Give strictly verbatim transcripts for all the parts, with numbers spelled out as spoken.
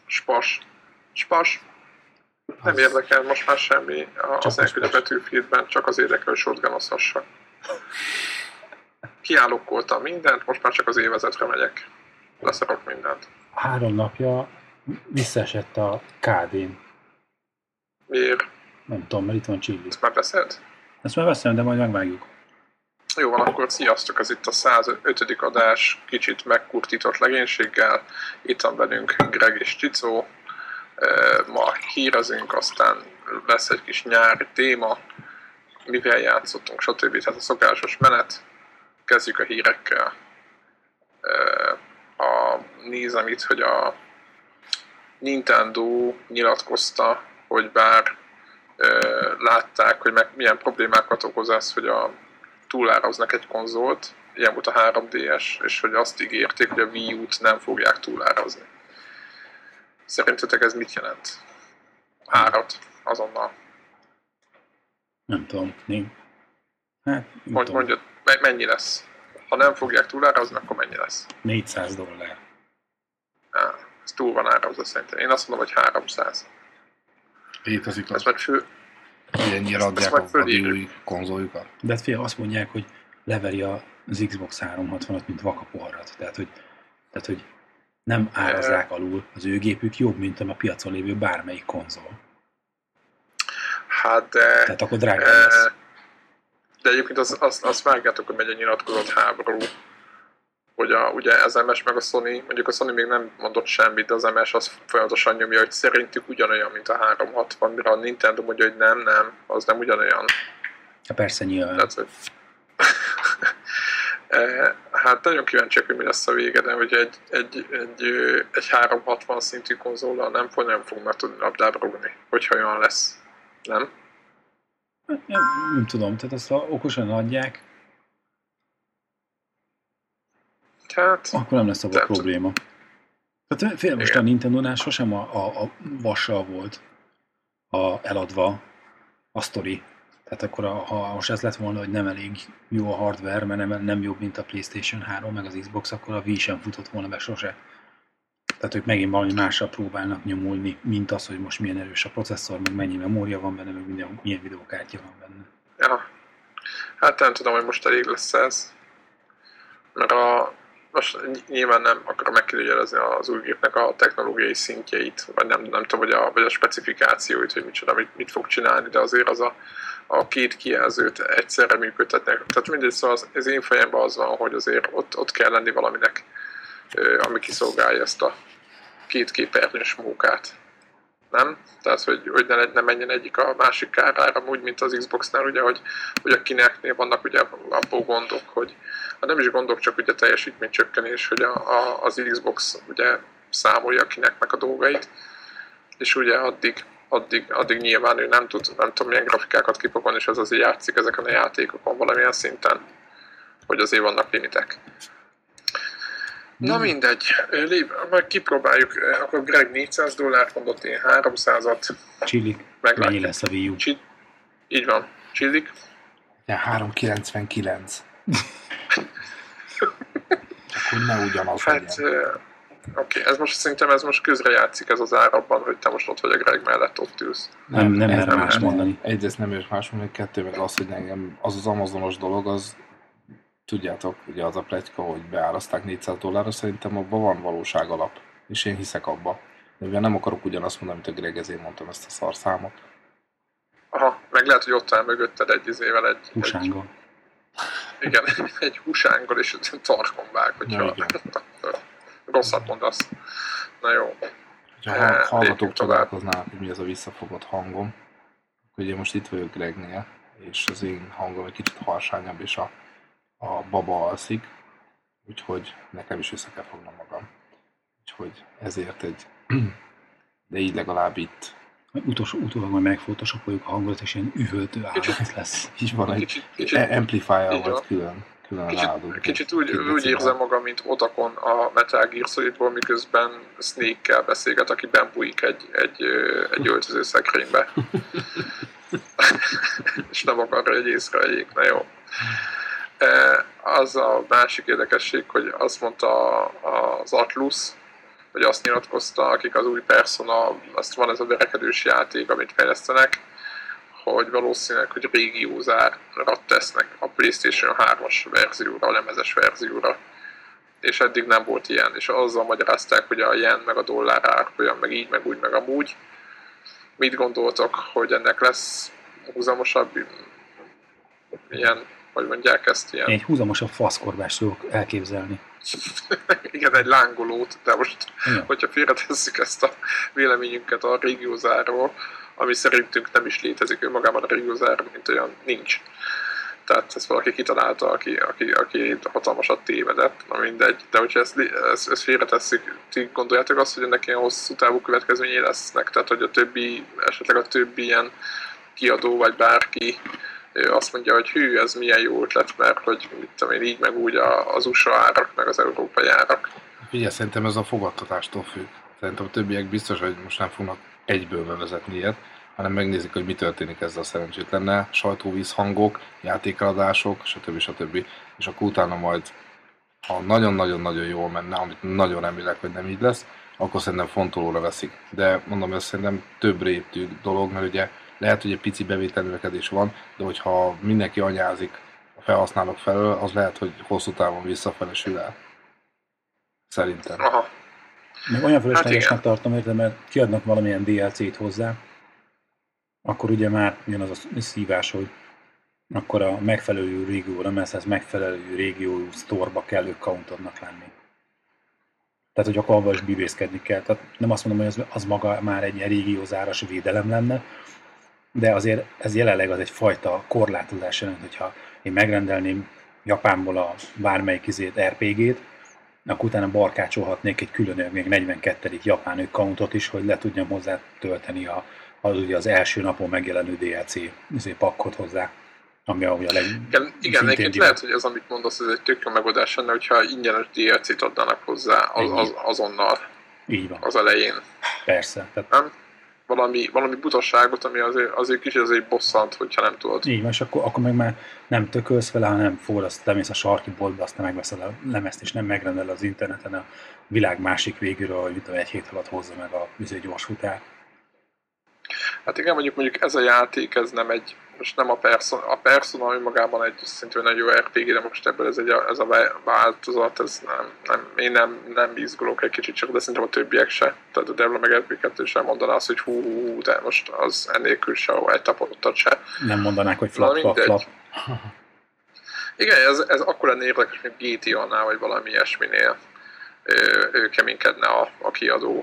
Spas. Spas. Nem az... érdekel most már semmi az nélkül a Battlefieldben, csak az érdekel, hogy shotgunozhassak. Kiállokkoltam mindent, most már csak az évezetre megyek. Leszarok mindent. Három napja visszaesett a ká dén. Miért? Nem tudom, mert itt van Chili. Ezt már veszed? Ezt már veszem, de majd megvágjuk. Jó van, akkor sziasztok, ez itt a százötödik adás, kicsit megkurtított legénységgel. Itt van velünk Greg és Csicó. Ma hírezünk, aztán lesz egy kis nyári téma, mivel játszottunk, stb. Tehát a szokásos menet. Kezdjük a hírekkel. A, nézem itt, hogy a Nintendo nyilatkozta, hogy bár ö, látták, hogy meg milyen problémákat okoz ez, hogy a túláraznak egy konzolt, ilyen volt a három dé es, és hogy azt ígérték, hogy a Wii U-t nem fogják túlárazni. Szerintetek ez mit jelent? Árat azonnal. Nem tudom. Nem. Hát, nem Mond, tudom. Mondja, mennyi lesz? Ha nem fogják túlárazni, akkor mennyi lesz? négyszáz dollár. Á, ez túl van árazva szerintem. Én azt mondom, hogy háromszáz. Létezik az. Ez meg fő... Ilyennyire adják a új konzoljukat. De hát fél, azt mondják, hogy leveri az Xbox háromszázhatvanat, mint vakapoharat. Tehát, hogy, tehát, hogy nem árazzák alul. Az ő gépük jobb, mint a piacon lévő bármelyik konzol. Hát de... Tehát akkor drága e, lesz. De egyébként azt az, az vágjátok, hogy megy a nyilatkozott háború, hogy a, ugye az em es meg a Sony, mondjuk a Sony még nem mondott semmit, de az em es az folyamatosan nyomja, hogy szerintük ugyanolyan, mint a háromszázhatvan, mire a Nintendo mondja, hogy nem, nem, az nem ugyanolyan. Ja, persze nyilván. Tehát, hogy... hát nagyon kíváncsiak, hogy mi lesz a vége, de hogy egy, egy, egy, egy háromszázhatvan szintű konzollal nem, fog, nem fognak tudni labdába rúgni, hogyha olyan lesz. Nem? Nem, nem tudom, tehát azt ha okosan adják, hát, akkor nem lesz abban probléma. Tehát fél most a Nintendo-nál sosem a, a, a vassal volt a, eladva a sztori. Tehát akkor a, ha most ez lett volna, hogy nem elég jó a hardware, mert nem, nem jobb, mint a PlayStation három, meg az Xbox, akkor a Wii sem futott volna be sose. Tehát ők megint valami mással próbálnak nyomulni, mint az, hogy most milyen erős a processzor, meg mennyi memória van benne, meg minden, milyen videókártya van benne. Ja. Hát nem tudom, hogy most elég lesz ez. Mert a, most nyilván nem akarom megkérdőjelezni az új gépnek a technológiai szintjeit, vagy nem, nem tudom, vagy a, vagy a specifikációit, hogy micsoda, mit, mit fog csinálni, de azért az a, a két kijelzőt egyszerre működtetnek. Tehát mindegy, szóval az, az én fejemben az van, hogy azért ott, ott kell lenni valaminek, ami kiszolgálja ezt a két képernyős mókát. Nem? Tehát, hogy, hogy ne, ne menjen egyik a másik kárára, úgy, mint az Xboxnál, ugye, hogy, hogy a Kinectnél vannak ugye abból gondok, hogy hát nem is gondok, csak ugye teljesítménycsökkenés, hogy a, a, az Xbox ugye számolja a Kinectnek a dolgait, és ugye addig, addig, addig nyilván ő nem tud, nem tudom milyen grafikákat kipakolni, és az azért játszik ezeken a játékokon valamilyen szinten, hogy azért vannak limitek. Na mindegy, majd kipróbáljuk, akkor Greg négyszáz dollárt mondott, én háromszázat. Csillik, mennyi lesz a Wii U? Csi- így van, csillik. Ja, háromszázkilencvenkilenc. Csak hogy ne ugyanaz hát, legyen. Oké, okay. Ez most szerintem ez most közre játszik ez az árabban, hogy te most ott vagy a Greg mellett, ott ülsz. Nem, nem, nem, nem más mondani. Egyrészt nem érsz más mondani, kettő meg az, hogy engem az az Amazonos dolog, az tudjátok, ugye az a pletyka, hogy beáraszták négyszáz dollárra, szerintem abban van valóság alap, és én hiszek abba. De mivel nem akarok ugyanazt mondani, mint a Greg, ezért mondtam ezt a szarszámot. Aha, meg lehet, hogy ott áll mögötted egy izével egy... Húsánggal. Egy, igen, egy húsánggal és tarkon vág, hogyha rosszat mondasz. Na jó. Ha hallgatók csodálkoznának, hogy mi ez a visszafogott hangom, akkor ugye most itt vagyok Gregnél, és az én hangom egy kicsit harsányabb, és a a baba alszik, úgyhogy nekem is össze kell fognom magam. Úgyhogy ezért egy, de így legalább itt. Utolsó, utólag majd megfotoshopoljuk a hangot, és ilyen üvöltő állat lesz. Így van, egy kicsit, kicsit, amplifier vagy külön, külön kicsit, ráadunk. Kicsit úgy, úgy érzem magam, mint Otakon a Metal Gear Solidból, miközben Snake-kel beszélget, aki bembújik egy, egy, egy öltöző szekrénybe. És nem akar, hogy észrevegyék, na jó. Az a másik érdekesség, hogy azt mondta az Atlus, hogy azt nyilatkozta, akik az új Persona, azt van ez a verekedős játék, amit fejlesztenek, hogy valószínűleg, hogy régiózárat tesznek a PlayStation hármas verzióra, a lemezes verzióra. És eddig nem volt ilyen, és azzal magyarázták, hogy a yen meg a dollár árfolyam, meg így, meg úgy, meg amúgy. Mit gondoltok, hogy ennek lesz húzamosabb ilyen, hogy mondják ezt, ilyen... Egy húzamosabb faszkorbást tudok elképzelni. Igen, egy lángolót, de most, Igen. hogyha félretesszük ezt a véleményünket a régiózáról, ami szerintünk nem is létezik, önmagában a régiózár, mint olyan nincs. Tehát ezt valaki kitalálta, aki, aki, aki hatalmasat tévedett, na mindegy. De hogyha ezt, ezt, ezt félretesszük, ti gondoljátok azt, hogy ennek ilyen hosszú távú következményei lesznek? Tehát, hogy a többi, esetleg a többi ilyen kiadó vagy bárki azt mondja, hogy hű, ez milyen jó ötlet, mert hogy mit tudom én, így meg úgy az u es á árak, meg az európai árak. Figyelj, szerintem ez a fogadtatástól függ. Szerintem a többiek biztos, hogy most nem fognak egyből bevezetni ilyet, hanem megnézik, hogy mi történik ezzel a szerencsétlennel, sajtóvízhangok, játékeladások, stb. stb. És akkor utána majd, ha nagyon-nagyon-nagyon jól menne, amit nagyon remélek, hogy nem így lesz, akkor szerintem fontolóra veszik. De mondom, ez szerintem több rétű dolog, mert ugye lehet, hogy egy pici bevételnövekedés van, de hogyha mindenki anyázik a felhasználók felől, az lehet, hogy hosszú távon visszafele sül el. Szerintem. Aha. Még olyan fölöslegesnek Hát tartom, érte, mert kiadnak valamilyen dé el cét hozzá, akkor ugye már jön az a szívás, hogy akkor a megfelelő régióra, mert ez megfelelő régió sztorba kellő accountodnak lenni. Tehát, hogy akkor avval is bívészkedni kell. Tehát nem azt mondom, hogy az, az maga már egy régiózáras védelem lenne, de azért ez jelenleg az egyfajta korlátozás jelent, hogyha én megrendelném Japánból a bármelyik izét, er pé gét, akkor utána barkácsolhatnék egy külön még negyvenkettedik japán accountot is, hogy le tudjam hozzá tölteni a, az, ugye az első napon megjelenő dé el cé pakkot hozzá. Ami a, ugye a leg... Igen, igen egyébként lehet, hogy ez, amit mondasz, ez egy tök jó megoldás lenne, hogyha ingyenes dé el cét adnának hozzá az, az, azonnal. Így van. Az elején. Persze. Tehát... Nem? Valami, valami butasságot, ami azért, azért kicsit azért bosszant, hogyha nem tudod. Így van, és akkor, akkor meg már nem tökölsz vele, hanem fogod, azt lemész a sarki boltba, aztán megveszed a lemezt, és nem megrendel az interneten a világ másik végéről, hogy mit egy hét alatt hozza meg a gyors futár. Hát igen, mondjuk, mondjuk ez a játék, ez nem egy, most nem a Persona, a Persona önmagában egy szintén egy jó er pé gé, de most ebből ez, egy, ez a változat, ez nem, nem, én nem, nem izgulok egy kicsit csak, de szerintem a többiek se. Tehát a Devla meg er pé kettő sem mondaná azt, hogy hú, hú, hú, de most az ennélkül se, egy tapottat se. Nem mondanák, hogy flap, flap, flap. Igen, ez, ez akkor lenne érdekes, mint gé té á-nál, vagy valami ilyesminél ő, ő keménykedne a, a kiadó.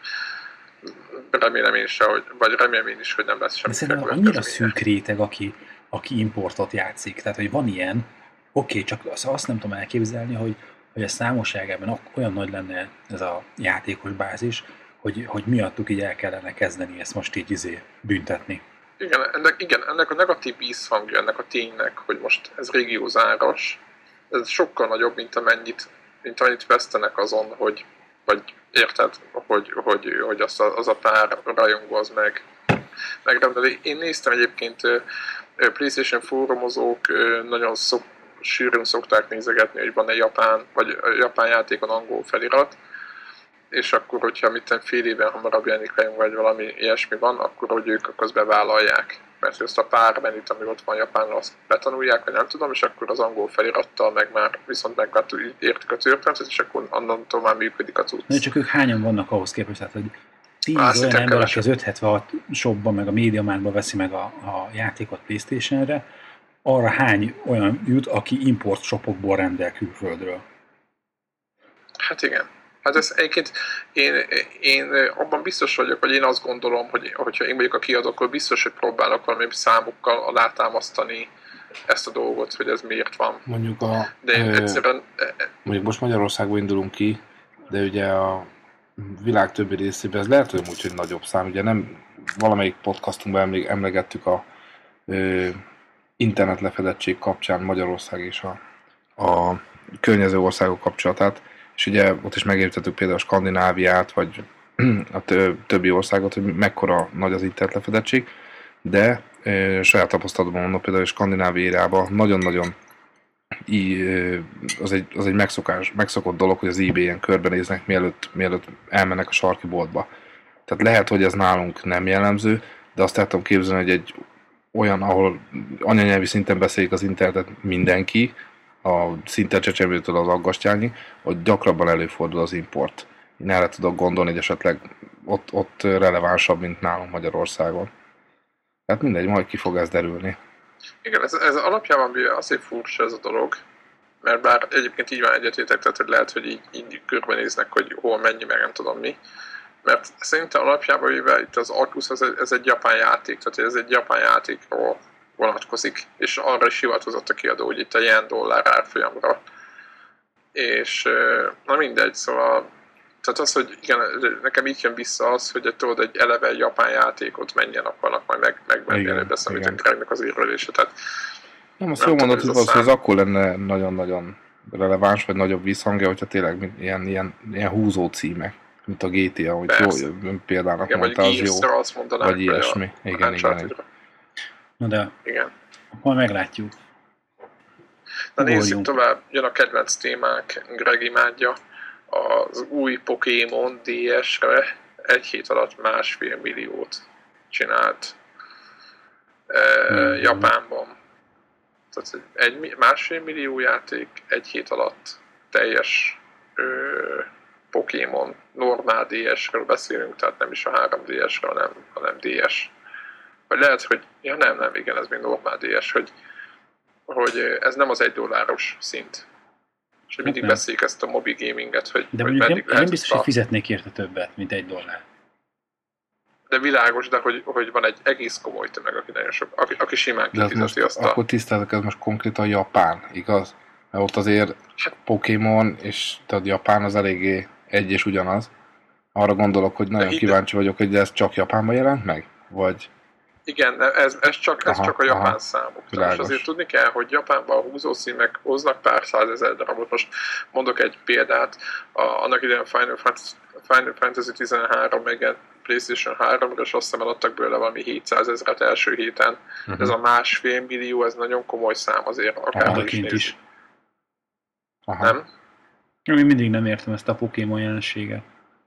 Remélem én is, hogy, vagy remélem én is, hogy nem lesz semmi. De szerintem annyira szűk réteg, aki, aki importot játszik. Tehát, hogy van ilyen, oké, okay, csak azt nem tudom elképzelni, hogy, hogy a számosságában olyan nagy lenne ez a játékos bázis, hogy, hogy miattuk így el kellene kezdeni ezt most így izé büntetni. Igen, ennek, igen, ennek a negatív vízhangja, ennek a ténynek, hogy most ez régiózáros, ez sokkal nagyobb, mint amennyit, mint amennyit vesztenek azon, hogy vagy érted, hogy, hogy, hogy az, a, az a pár rajongó az meg megrendeli. Én néztem egyébként PlayStation fórumozók nagyon szok, sűrűn szokták nézegetni, hogy van egy japán, vagy japán játékon angol felirat, és akkor, hogyha mitten fél éven hamarabb jelenik rajong, vagy valami ilyesmi van, akkor hogy ők akkor bevállalják. Mert ezt a pár menüt, ami ott van Japánra, azt betanulják, vagy nem tudom, és akkor az angol felirattal meg már viszont meg már értik a történetet, és akkor annantól már működik a cucc. De csak ők hányan vannak ahhoz képest, tehát, hogy tíz olyan ember, aki az öt hetvenhat shopban, meg a MediaMarktban veszi meg a, a játékot PlayStation-re, arra hány olyan jut, aki import shopokból rendel külföldről? Hát igen. Hát ez egyébként én, én abban biztos vagyok, vagy én azt gondolom, hogy hogyha én vagyok a kiadó, akkor biztos, hogy próbálok valami számokkal alátámasztani ezt a dolgot, hogy ez miért van. Mondjuk a... De én egyszerűen... Mondjuk most Magyarországból indulunk ki, de ugye a világ többi részében ez lehet, hogy úgy, hogy nagyobb szám. Ugye nem valamelyik podcastunkban emlegettük a ö, internet lefedettség kapcsán Magyarország és a, a környező országok kapcsolatát, és ugye ott is megértettük például a Skandináviát, vagy a többi országot, hogy mekkora nagy az internet lefedettség, de e, saját tapasztalatban mondom, például a Skandináviában nagyon-nagyon az egy, az egy megszokás, megszokott dolog, hogy az eBay-en körbenéznek, mielőtt, mielőtt elmennek a sarki boltba. Tehát lehet, hogy ez nálunk nem jellemző, de azt tudom képzelni, hogy egy olyan, ahol anyanyelvi szinten beszélik az internetet mindenki, a szinte csecsemőtől az aggastyánig, hogy gyakrabban előfordul az import. Én erre tudok gondolni, hogy esetleg ott, ott relevánsabb, mint nálunk Magyarországon. Tehát mindegy, majd ki fog ez derülni. Igen, ez, ez alapjában azért furcsa ez a dolog, mert bár egyébként így van egyetétek, tehát hogy lehet, hogy így, így körbenéznek, hogy hol mennyi, meg nem tudom mi. Mert szerintem alapjában véve itt az Arcus, ez, ez egy japán játék, tehát ez egy japán játékról vonatkozik, és arra is hivatozott a kiadó, hogy itt a yen dollár árfolyamra. És na mindegy, szóval tehát az, hogy igen, nekem így jön vissza az, hogy tudod, egy eleve egy japán játékot menjen akarnak majd meg, megmenni, előbb beszámítunk Gregnek az írölése. Tehát nem, azt jól mondod, hogy az, az akkor lenne nagyon-nagyon releváns, vagy nagyobb visszhangja, hogyha tényleg mint ilyen, ilyen, ilyen húzó címek, mint a gé té á, hogy jó, például igen, mondta, az jó, mondanák, vagy ilyesmi. A, igen, a igen, igen. Na de, igen. akkor meglátjuk. Na nézzük tovább, jön a kedvenc témák, Greg imádja. Az új Pokémon dé es-re egy hét alatt másfél milliót csinált e, mm. Japánban. Tehát egy másfél millió játék egy hét alatt teljes ö, Pokémon, normál dé es-ről beszélünk, tehát nem is a három dé es-ről, hanem, hanem dé es. Vagy lehet, hogy, ja nem, nem, igen, ez még normál dé es, hogy, hogy ez nem az egy dolláros szint. És hát mindig beszéljük ezt a mobi gaminget, hogy, de hogy meddig nem, nem biztos, a... hogy fizetnék érte többet, mint egy dollár. De világos, de hogy, hogy van egy egész komoly tömeg, aki, nagyon sok, aki, aki simán kifizeti azt a... Akkor tisztázok, ez most konkrétan Japán, igaz? Mert ott azért hát, Pokémon és tehát Japán az eléggé egy és ugyanaz. Arra gondolok, hogy nagyon de kíváncsi vagyok, hogy ez csak Japánban jelent meg? Vagy... Igen, ez, ez, csak, ez aha, csak a japán aha, számok. Most azért tudni kell, hogy Japánban a húzószímek hoznak pár százezer darabot. Most mondok egy példát, a, annak idején Final Fantasy, Final Fantasy tizenhárom meg PlayStation háromra, és azt hiszem eladtak belőle valami hétszázezret első héten. Uh-huh. Ez a másfél millió, ez nagyon komoly szám azért, akár is nézzük. Is. Nem? Én mindig nem értem ezt a Pokémon jelenséget.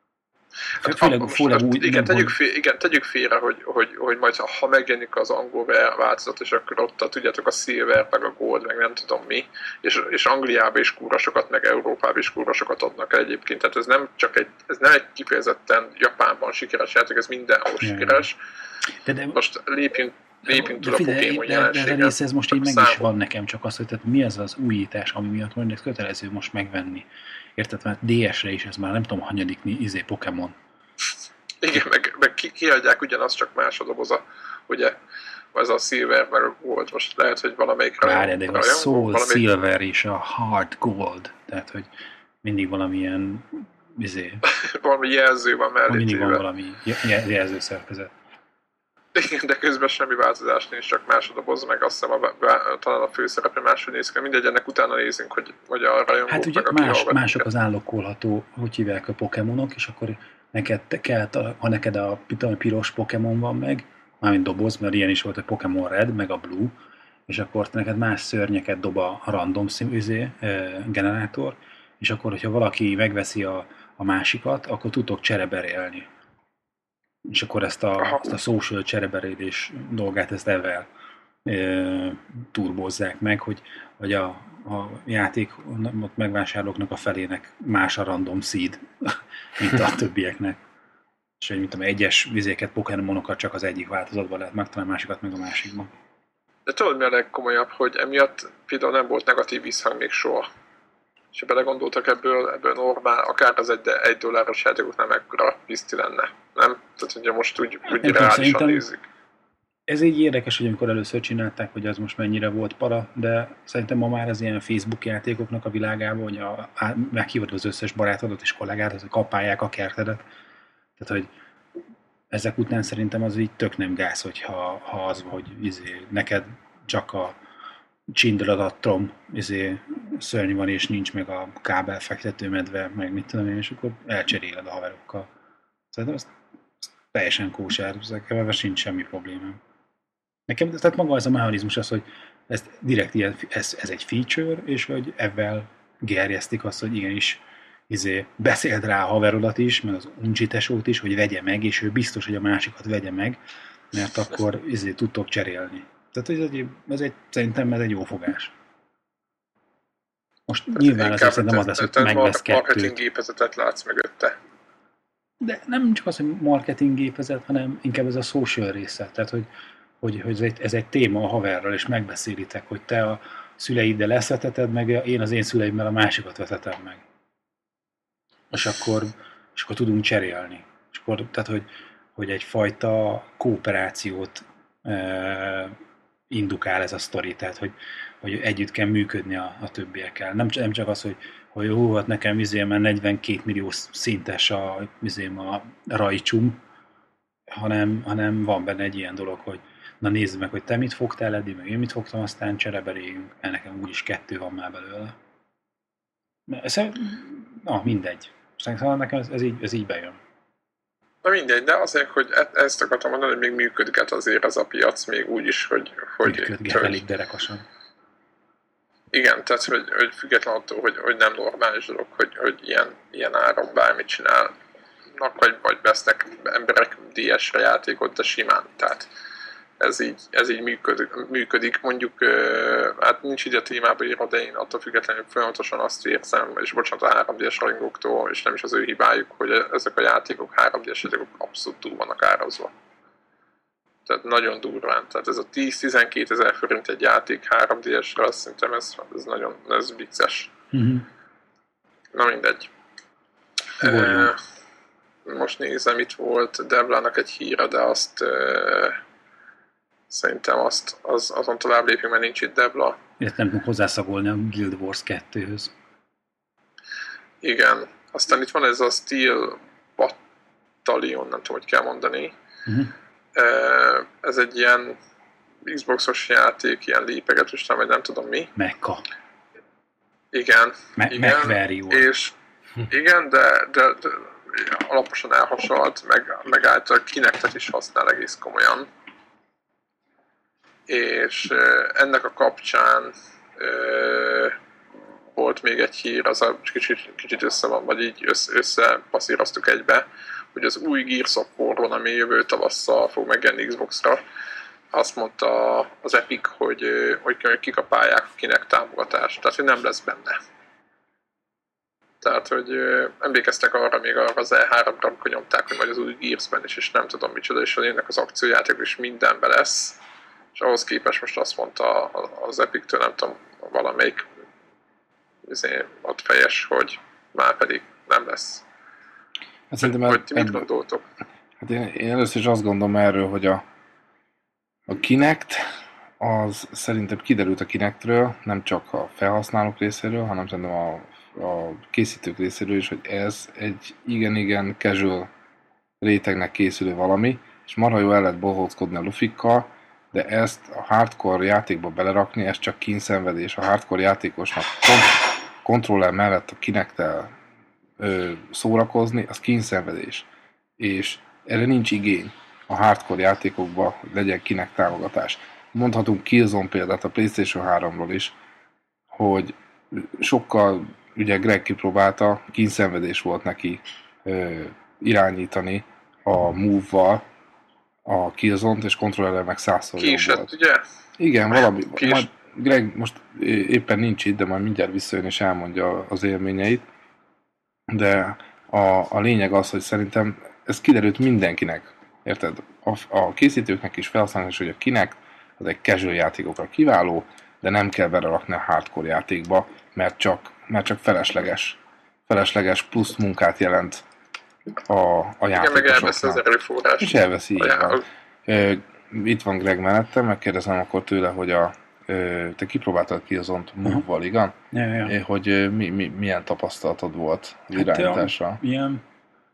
Hát főleg, most, főleg most, úgy, igen, tegyük fél, igen, tegyük félre, hogy, hogy, hogy majd ha megjelenik az angol változat, és akkor ott tudjátok a Silver, meg a Gold, meg nem tudom mi, és, és Angliába is kúrasokat, meg Európába is kúrasokat adnak el egyébként. Tehát ez nem csak egy, ez nem egy kifejezetten Japánban sikeres játék, ez mindenhol sikeres. De, de, most lépjünk, lépjünk túl a Pokémon jelenségen. De, de rész ez most így meg számol. Is van nekem, csak az, hogy tehát mi az az újítás, ami miatt mondjuk ez kötelező most megvenni. Érted? Mert dé es-re is ez már nem tudom, hanyadik izé Pokémon. Igen, meg, meg ki, kiadják ugyanaz, csak más a doboza, ugye? Ez a Silver, meg a Gold, most lehet, hogy valamelyik rajong. De a Soul valamelyik... Silver és a Hard Gold, tehát, hogy mindig valamilyen izé... valami jelző van mellé. Mindig van valami jelző szerkezet. Igen, de közben semmi változás nincs, csak más a doboz, meg azt hiszem, a, a, talán a főszereplő máshogy néz ki. Mindegy, ennek utána nézünk, hogy, hogy a rajongók hát ugye meg a más, mások az állokkolható, hogy hívják a Pokémonok, és akkor neked kell, ha neked a, a piros Pokémon van meg, mármint doboz, mert ilyen is volt, hogy Pokémon Red, meg a Blue, és akkor neked más szörnyeket dob a random izé, generátor, és akkor, hogyha valaki megveszi a, a másikat, akkor tudtok csereberélni. És akkor ezt a, ezt a social csereberélés dolgát, ezt ezzel e, turbozzák meg, hogy, hogy a, a játékot megvásárlóknak a felének más a random seed, mint a többieknek. És hogy mint egyes vizéket, Pokémonokat csak az egyik változatban lehet megtalálni, másikat meg a másikban. De tudod mi a legkomolyabb, hogy emiatt például nem volt negatív visszhang még soha. És ha belegondoltak ebből, ebből normál, akár az egy, egy dolláros játékoknál mekkora piszti lenne, nem? Tehát ugye most úgy, úgy reálisan nézzük. Ez így érdekes, hogy amikor először csinálták, hogy az most mennyire volt para, de szerintem ma már az ilyen Facebook játékoknak a világában, hogy a, meghívod az összes barátodat és kollégádat, hogy kapálják a kertedet. Tehát, hogy ezek után szerintem az így tök nem gáz, hogyha ha az, hogy izé, neked csak a csindalatrom izé, szörny van, és nincs meg a kábelfektetőmedve, meg mit tudom én, és akkor elcseréled a haverokkal. Szerintem az teljesen kósár, ezekkel sincs semmi problémám. Nekem tehát maga az a mechanizmus az, hogy ez direkt ilyen, ez, ez egy feature, és hogy ebben gerjesztik azt, hogy igenis izé, beszéld rá a haverodat is, meg az uncsi tesót is, hogy vegye meg, és ő biztos, hogy a másikat vegye meg, mert akkor izé, tudtok cserélni. Tehát ez egy, ez egy, szerintem ez egy jó fogás. Most tehát nyilván azért szerintem az lesz, hogy megvesz kettőt. Marketing gépezetet látsz mögötte. De nem csak az, hogy marketing gépezet, hanem inkább ez a social része. Tehát, hogy, hogy, hogy ez, egy, ez egy téma a haverral, és megbeszélitek, hogy te a szüleiddel ezt veteted meg, én az én szüleimmel a másikat vetetem meg. És akkor, és akkor tudunk cserélni. És akkor, tehát, hogy, hogy egyfajta kooperációt e, indukál ez a sztori, tehát, hogy, hogy együtt kell működni a, a többiekkel. Nem, nem csak az, hogy, hogy hú, hát nekem izé, már negyvenkét millió szintes a, izé, a rajcsum, hanem, hanem van benne egy ilyen dolog, hogy na nézd meg, hogy te mit fogtál eddig, meg én mit fogtam, aztán csereberéljünk, mert nekem úgyis kettő van már belőle. Ez, na, mindegy. Szóval nekem ez, ez, így, ez így bejön. Na mindegy, de azért, hogy ezt akartam mondani, hogy még működget azért ez a piac, még úgy is, hogy... hogy működget hogy, elég derekosan. Igen, tehát hogy, hogy független attól, hogy, hogy nem normális dolog, hogy, hogy ilyen, ilyen áron bármit csinálnak, vagy, vagy vesznek emberek dé es-re játékot, de simán. Tehát ez így, ez így működik, működik. Mondjuk, hát nincs így a témában írva, de én attól függetlenül folyamatosan azt érzem, és bocsánat a három dé-es rajongóktól, és nem is az ő hibájuk, hogy ezek a játékok, három dé-es játékok abszolút túl vannak árazva. Tehát nagyon durván. Tehát ez a tíz-tizenkét ezer forint egy játék három dé-esre, azt szerintem ez, ez nagyon ez vicces. Mm-hmm. Na mindegy. E, most nézem, itt volt Deblának egy híre, de azt e, szerintem azt, az, azon tovább lépjünk, mert nincs itt Debla. Ilyet nem tudunk hozzászagolni a Guild Wars kettőhöz. Igen. Aztán itt van ez a Steel Battalion, nem tudom, hogy kell mondani. Mm-hmm. Ez egy ilyen Xboxos játék, ilyen lépegetős, vagy nem tudom mi. Mekka. Igen. Me- igen és igen, de, de, de alaposan elhasonlt, meg, meg által Kinectet is használ egész komolyan. És ennek a kapcsán volt még egy hír, az a kicsit, kicsit össze van, vagy így össze, összepasszíroztuk egybe, hogy az új Gears of War-on, ami jövő tavasszal fog megjelenni Xbox-ra, azt mondta az Epic, hogy, hogy kikapálják a Kinect támogatást, tehát hogy nem lesz benne. Tehát, hogy emlékeztek arra még arra az E háromra, amikor nyomták, hogy majd az új Gears-ben is, és nem tudom micsoda, és hogy ennek az akciójáték is mindenben lesz, és ahhoz képest most azt mondta az Epic-től, nem tudom, valamelyik azért ott fejes, hogy már pedig nem lesz. Hát szerintem hogy ti mit gondoltok? Hát én, én először is azt gondolom erről, hogy a, a Kinect az szerintem kiderült a Kinectről, nem csak a felhasználók részéről, hanem szerintem a, a készítők részéről is, hogy ez egy igen-igen casual rétegnek készülő valami, és marha jó el lehet bohóckodni a lufikkal, de ezt a hardcore játékba belerakni, ez csak kínszenvedés. A hardcore játékosnak kont- kontroller mellett a Kinecttel ö, szórakozni, az kínszenvedés. És erre nincs igény a hardcore játékokban, hogy legyen Kinect támogatás. Mondhatunk Killzone példát a PlayStation háromról is, hogy sokkal, ugye Greg kipróbálta, kínszenvedés volt neki ö, irányítani a Move-val a Killzone-t, és kontrollerrel meg százszor jobb volt. Ugye? Igen, valami. Majd Greg most éppen nincs itt, de majd mindjárt visszajön és elmondja az élményeit. De a, a lényeg az, hogy szerintem ez kiderült mindenkinek. Érted? A, a készítőknek is felhasználni, hogy a Kinect az egy casual játékokra kiváló, de nem kell belerakni a hardcore játékba, mert csak, mert csak felesleges. Felesleges plusz munkát jelent a, a játékosoknál. Igen, meg elveszi az erőforrás. És elveszi, így van. Itt van Greg mellettem, megkérdezem akkor tőle, hogy a, te kipróbáltad ki az ont Move-val, igen? Ja, ja. Hogy mi, mi, milyen tapasztalatod volt az hát irányítással? Ilyen...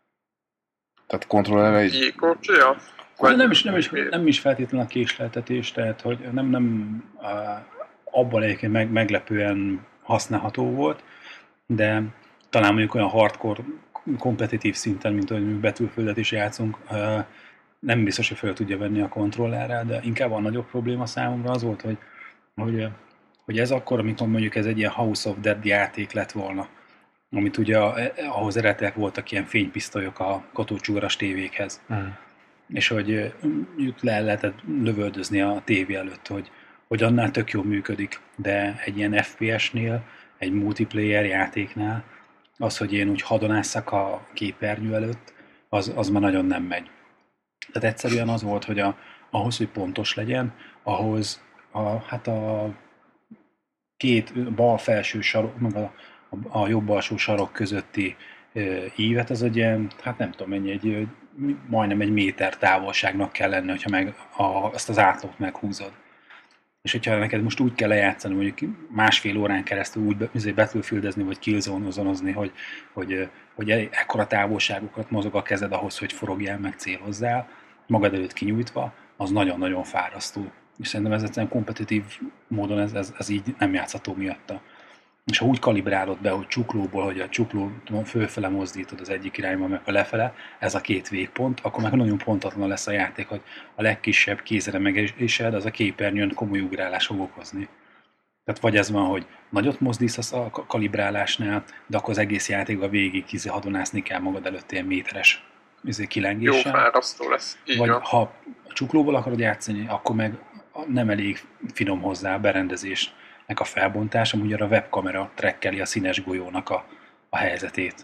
Tehát kontrollerre így... Jégkorcsolya? Nem is, nem, is, nem is feltétlenül a késleltetés, tehát hogy nem, nem abban egyébként meg, meglepően használható volt, de talán mondjuk olyan hardcore kompetitív szinten, mint ahogy mi Battlefieldet is játszunk, nem biztos, hogy fel tudja venni a kontrollerrel, de inkább a nagyobb probléma számomra az volt, hogy, hogy, hogy ez akkor, amikor mondjuk ez egy ilyen House of Dead játék lett volna, amit ugye ahhoz eredetileg voltak ilyen fénypisztolyok a katócsugaras tévékhez. Mm. És hogy le lehetett lövöldözni a tévé előtt, hogy, hogy annál tök jól működik, de egy ilyen ef pé es-nél, egy multiplayer játéknál, az, hogy én úgy hadonásszak a képernyő előtt, az, az már nagyon nem megy. Tehát egyszerűen az volt, hogy a, ahhoz, hogy pontos legyen, ahhoz a, hát a két bal felső sarok, meg a, a, a jobb alsó sarok közötti e, ívet, az egy ilyen, hát nem tudom mennyi, egy, majdnem egy méter távolságnak kell lenni, hogyha meg a, azt az átlót meghúzod. És hogyha neked most úgy kell lejátszani, mondjuk másfél órán keresztül úgy battlefieldezni, vagy killzone-ozni, hogy, hogy, hogy ekkora távolságokat mozog a kezed ahhoz, hogy forogjál meg célozzál, magad előtt kinyújtva, az nagyon-nagyon fárasztó. És szerintem ez egyszerűen kompetitív módon ez, ez, ez így nem játszható miatta. És ha úgy kalibrálod be, hogy csuklóból, hogy a csukló fölfele mozdítod az egyik irányba, meg a lefele, ez a két végpont, akkor meg nagyon pontatlan lesz a játék, hogy a legkisebb kézremegésed az a képernyőn komoly ugrálás fog okozni. Tehát vagy ez van, hogy nagyot mozdítasz a kalibrálásnál, de akkor az egész játékban végig hadonászni kell magad előtt ilyen méteres kilengéssel. Jó fárasztó lesz. Így vagy van. Ha a csuklóból akarod játszani, akkor meg nem elég finom hozzá a berendezés a felbontása, ugye a webkamera trekkeli a színes golyónak a, a helyzetét.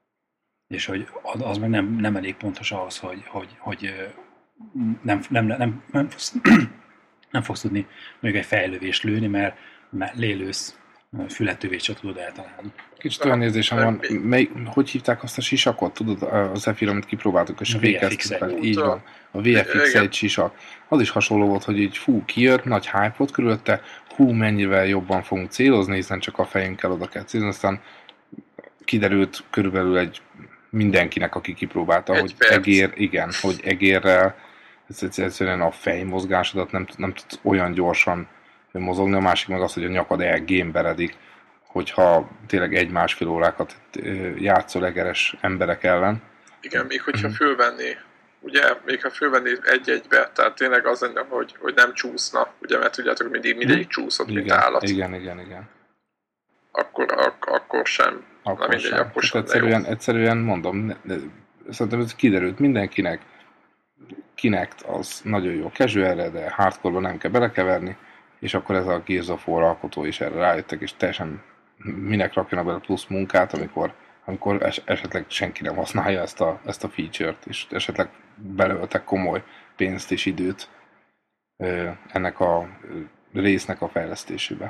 És hogy az meg nem, nem elég pontos ahhoz, hogy, hogy, hogy nem, nem, nem, nem, fogsz, nem fogsz tudni még egy fejlövést lőni, mert, mert lélősz, fületővét sem tudod eltalálni. Kicsit olyan érzésem van, mely, hogy hívták azt a sisakot? Tudod, az Zephyr, amit kipróbáltuk, és a vé ef iksz egy. Így van, a vé ef iksz egy sisak. Az is hasonló volt, hogy így fú, kijött, nagy hype volt körülötte, hú, mennyivel jobban fogunk célozni, hiszen csak a fejünkkel oda kell célozni, aztán kiderült körülbelül egy mindenkinek, aki kipróbálta, egy hogy perc. egér, igen, hogy egérrel ez egyszerűen a fejmozgásodat nem, nem tudsz olyan gyorsan mozogni, a másik meg az, hogy a nyakad elgémberedik, hogyha tényleg egy-másfél órákat játszol egeres emberek ellen. Igen, még hogyha fölvenné, ugye, még ha fölvenné egy-egybe, tehát tényleg az lenne, hogy, hogy nem csúszna, ugye, mert tudjátok, mindig mindegyik csúszott, igen, mint állat. Igen, igen, igen. Akkor, ak- akkor sem. Akkor mindegy, sem. Akkor sem egyszerűen, egyszerűen mondom, ne, ne, szerintem ez kiderült mindenkinek, Kinect az nagyon jó casualre, de hardcore-ba nem kell belekeverni, és akkor ez a Gears of War alkotó is erre rájöttek, és teljesen minek rakjanak bele plusz munkát, amikor, amikor es- esetleg senki nem használja ezt a, ezt a feature-t, és esetleg belőltek komoly pénzt és időt ö, ennek a résznek a fejlesztésébe.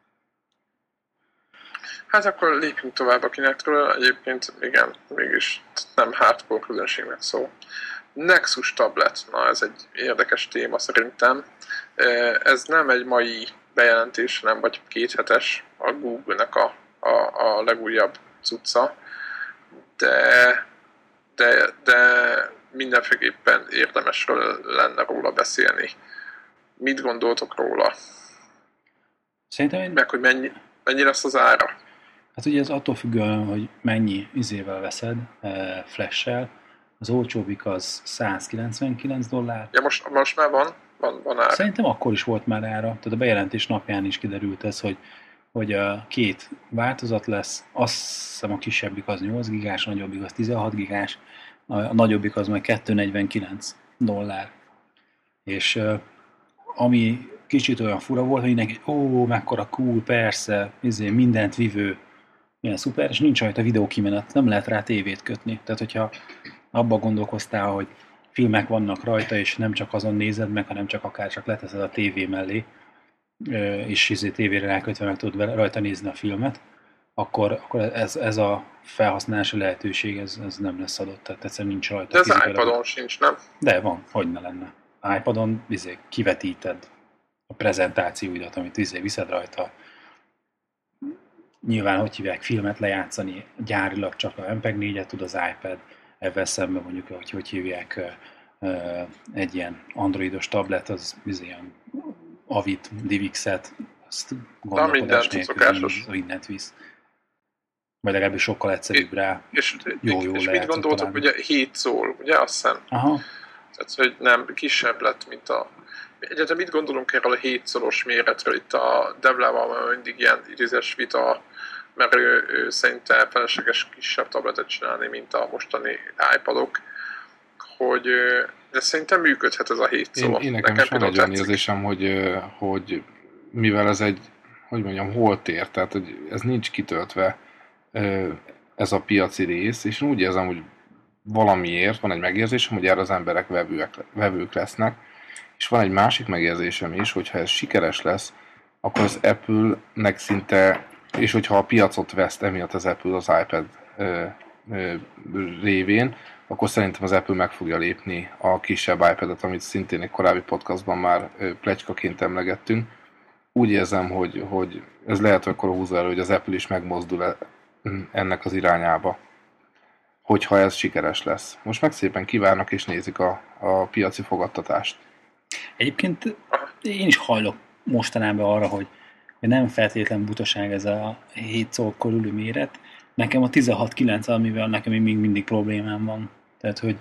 Hát akkor lépjünk tovább a Kinectről, egyébként igen, mégis nem hardcore közönségnek szó. Nexus tablet, na ez egy érdekes téma szerintem. Ez nem egy mai bejelentés, nem vagy két hetes a Google-nek a, a, a legújabb cucca, de, de, de mindenféleképpen érdemes lenne róla beszélni. Mit gondoltok róla? Szerintem én... Meg hogy mennyi, mennyi lesz az ára? Hát ugye ez attól függően, hogy mennyi izével veszed, flash-sel. Az olcsóbbik az százkilencvenkilenc dollár. Ja, most, most már van, van, van ára. Szerintem akkor is volt már ára. Tehát a bejelentés napján is kiderült ez, hogy, hogy a két változat lesz. Azt hiszem a kisebbik az nyolc gigás, a nagyobbik az tizenhat gigás, a nagyobbik az meg kétszáznegyvenkilenc dollár. És ami kicsit olyan fura volt, hogy mindenki, ó, mekkora cool, persze, izé, mindent vivő, milyen szuper, és nincs rajta videókimenet, nem lehet rá tévét kötni. Tehát, hogyha abba gondolkoztál, hogy filmek vannak rajta, és nem csak azon nézed meg, hanem csak akár csak leteszed a tévé mellé, és izé tévére rákötve meg tudod rajta nézni a filmet, akkor, akkor ez, ez a felhasználási lehetőség, ez, ez nem lesz adott, tehát egyszerűen nincs rajta. De az iPadon sincs, nem? De van, hogy ne lenne. iPadon izé, kivetíted a prezentációidat, amit izé, viszed rajta. Nyilván, hogy hívják filmet lejátszani, gyárilag csak a em pé négyet tud az iPad, ebben szemben mondjuk, hogy hogy hívják egy ilyen androidos tablet, az ilyen Avit, DivX-et, azt gondolkodás nélkül mindent visz. Vagy legalábbis sokkal egyszerűbb rá. És, jó, és, jó és mit gondoltok, hogy a hét szól, ugye azt hiszem? Aha. Tehát, hogy nem, kisebb lett, mint a... Egyáltalán mit gondolunk erről a hétszoros méretről? Itt a Devlával mindig ilyen idézes vita, mert ő, ő szerinte felesleges kisebb tabletet csinálni, mint a mostani iPadok, hogy de szerintem működhet ez a hétszó. Én, én nekem, nekem is van egy olyan érzésem, hogy, hogy mivel ez egy, hogy mondjam, hol tér, tehát hogy ez nincs kitöltve ez a piaci rész, és én úgy érzem, hogy valamiért van egy megérzésem, hogy erre az emberek vevők, vevők lesznek, és van egy másik megérzésem is, hogyha ez sikeres lesz, akkor az Apple-nek szinte, és hogyha a piacot veszt emiatt az Apple az iPad ö, ö, révén, akkor szerintem az Apple meg fogja lépni a kisebb iPad-et, amit szintén egy korábbi podcastban már pletykaként emlegettünk. Úgy érzem, hogy, hogy ez lehet, hogy akkor húzza elő, hogy az Apple is megmozdul ennek az irányába, hogyha ez sikeres lesz. Most meg szépen kivárnak és nézik a, a piaci fogadtatást. Egyébként én is hajlok mostanában arra, hogy nem feltétlen butaság ez a hét szó körüli méret. Nekem a tizenhat kilenc, amivel nekem még mindig problémám van. Tehát, hogy,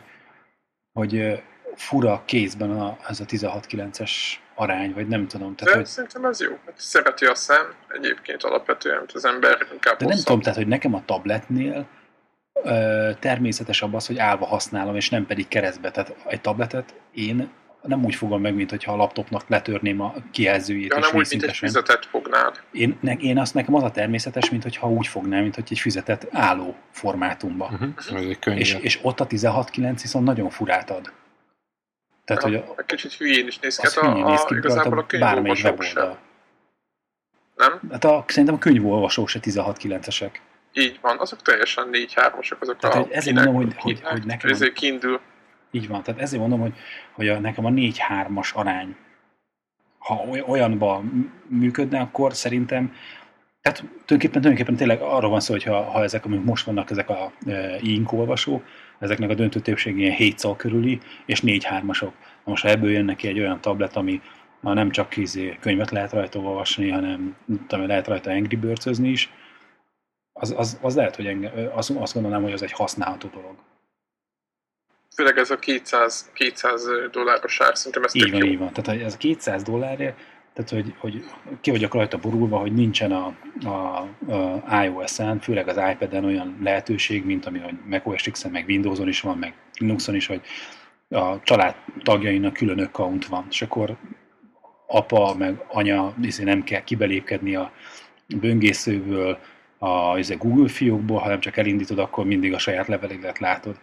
hogy fura kézben a, ez a tizenhat kilences arány, vagy nem tudom. Tehát, de hogy... szerintem ez jó. Szereti a szem egyébként alapvetően, mint az ember inkább de nem tudom, tehát, hogy nekem a tabletnél ö, természetesebb az, hogy állva használom, és nem pedig keresztbe. Tehát egy tabletet én nem úgy fogom meg, mint hogyha a laptopnak letörném a kijelzőjét. Ja, és nem úgy, mint egy füzetet fognád. Én, ne, én azt nekem az a természetes, mint hogyha úgy fognám, mint hogy egy füzetet álló formátumba. Uh-huh. És, és ott a tizenhat kilenc viszont nagyon furát ad. Tehát, ja, hogy a, egy kicsit hülyén is néz ki. Az hülyén néz ki, igazából a bármelyik weboldal. Nem? Hát a, szerintem a könyvolvasók se tizenhat kilencesek. Így van, azok teljesen négy hármasok, azok tehát, a... Hogy ezért mondom, hogy, hogy, hogy nekem... Ezért Kindle. Így van, tehát ezért mondom, hogy, hogy a, nekem a négy hármas arány, ha olyanban működne, akkor szerintem, tehát tulajdonképpen, tulajdonképpen tényleg arról van szó, hogy ha, ha ezek, amik most vannak, ezek a e, e-ink olvasók, ezeknek a döntő többség ilyen hét szal körüli, és négy hármasok. Na most ha ebből jön neki egy olyan tablet, ami na, nem csak kézé könyvet lehet rajta olvasni, hanem tudom, lehet rajta Angry Birds-özni is, az, az, az lehet, hogy enge, az, azt gondolnám, hogy az egy használható dolog. Főleg ez a kétszáz, kétszáz dolláros ár, szerintem ez így tök van, jó. Így van, tehát ez a kétszáz dollárért, tehát hogy, hogy ki vagyok rajta borulva, hogy nincsen a, a, a iOS-en, főleg az iPad-en olyan lehetőség, mint ami hogy macOS X-en, meg Windowson is van, meg Linuxon is, hogy a család tagjainak külön account van, és akkor apa, meg anya, nem kell kibelépkedni a böngészőből, a, a Google fiókból, hanem csak elindítod, akkor mindig a saját levelédet látod.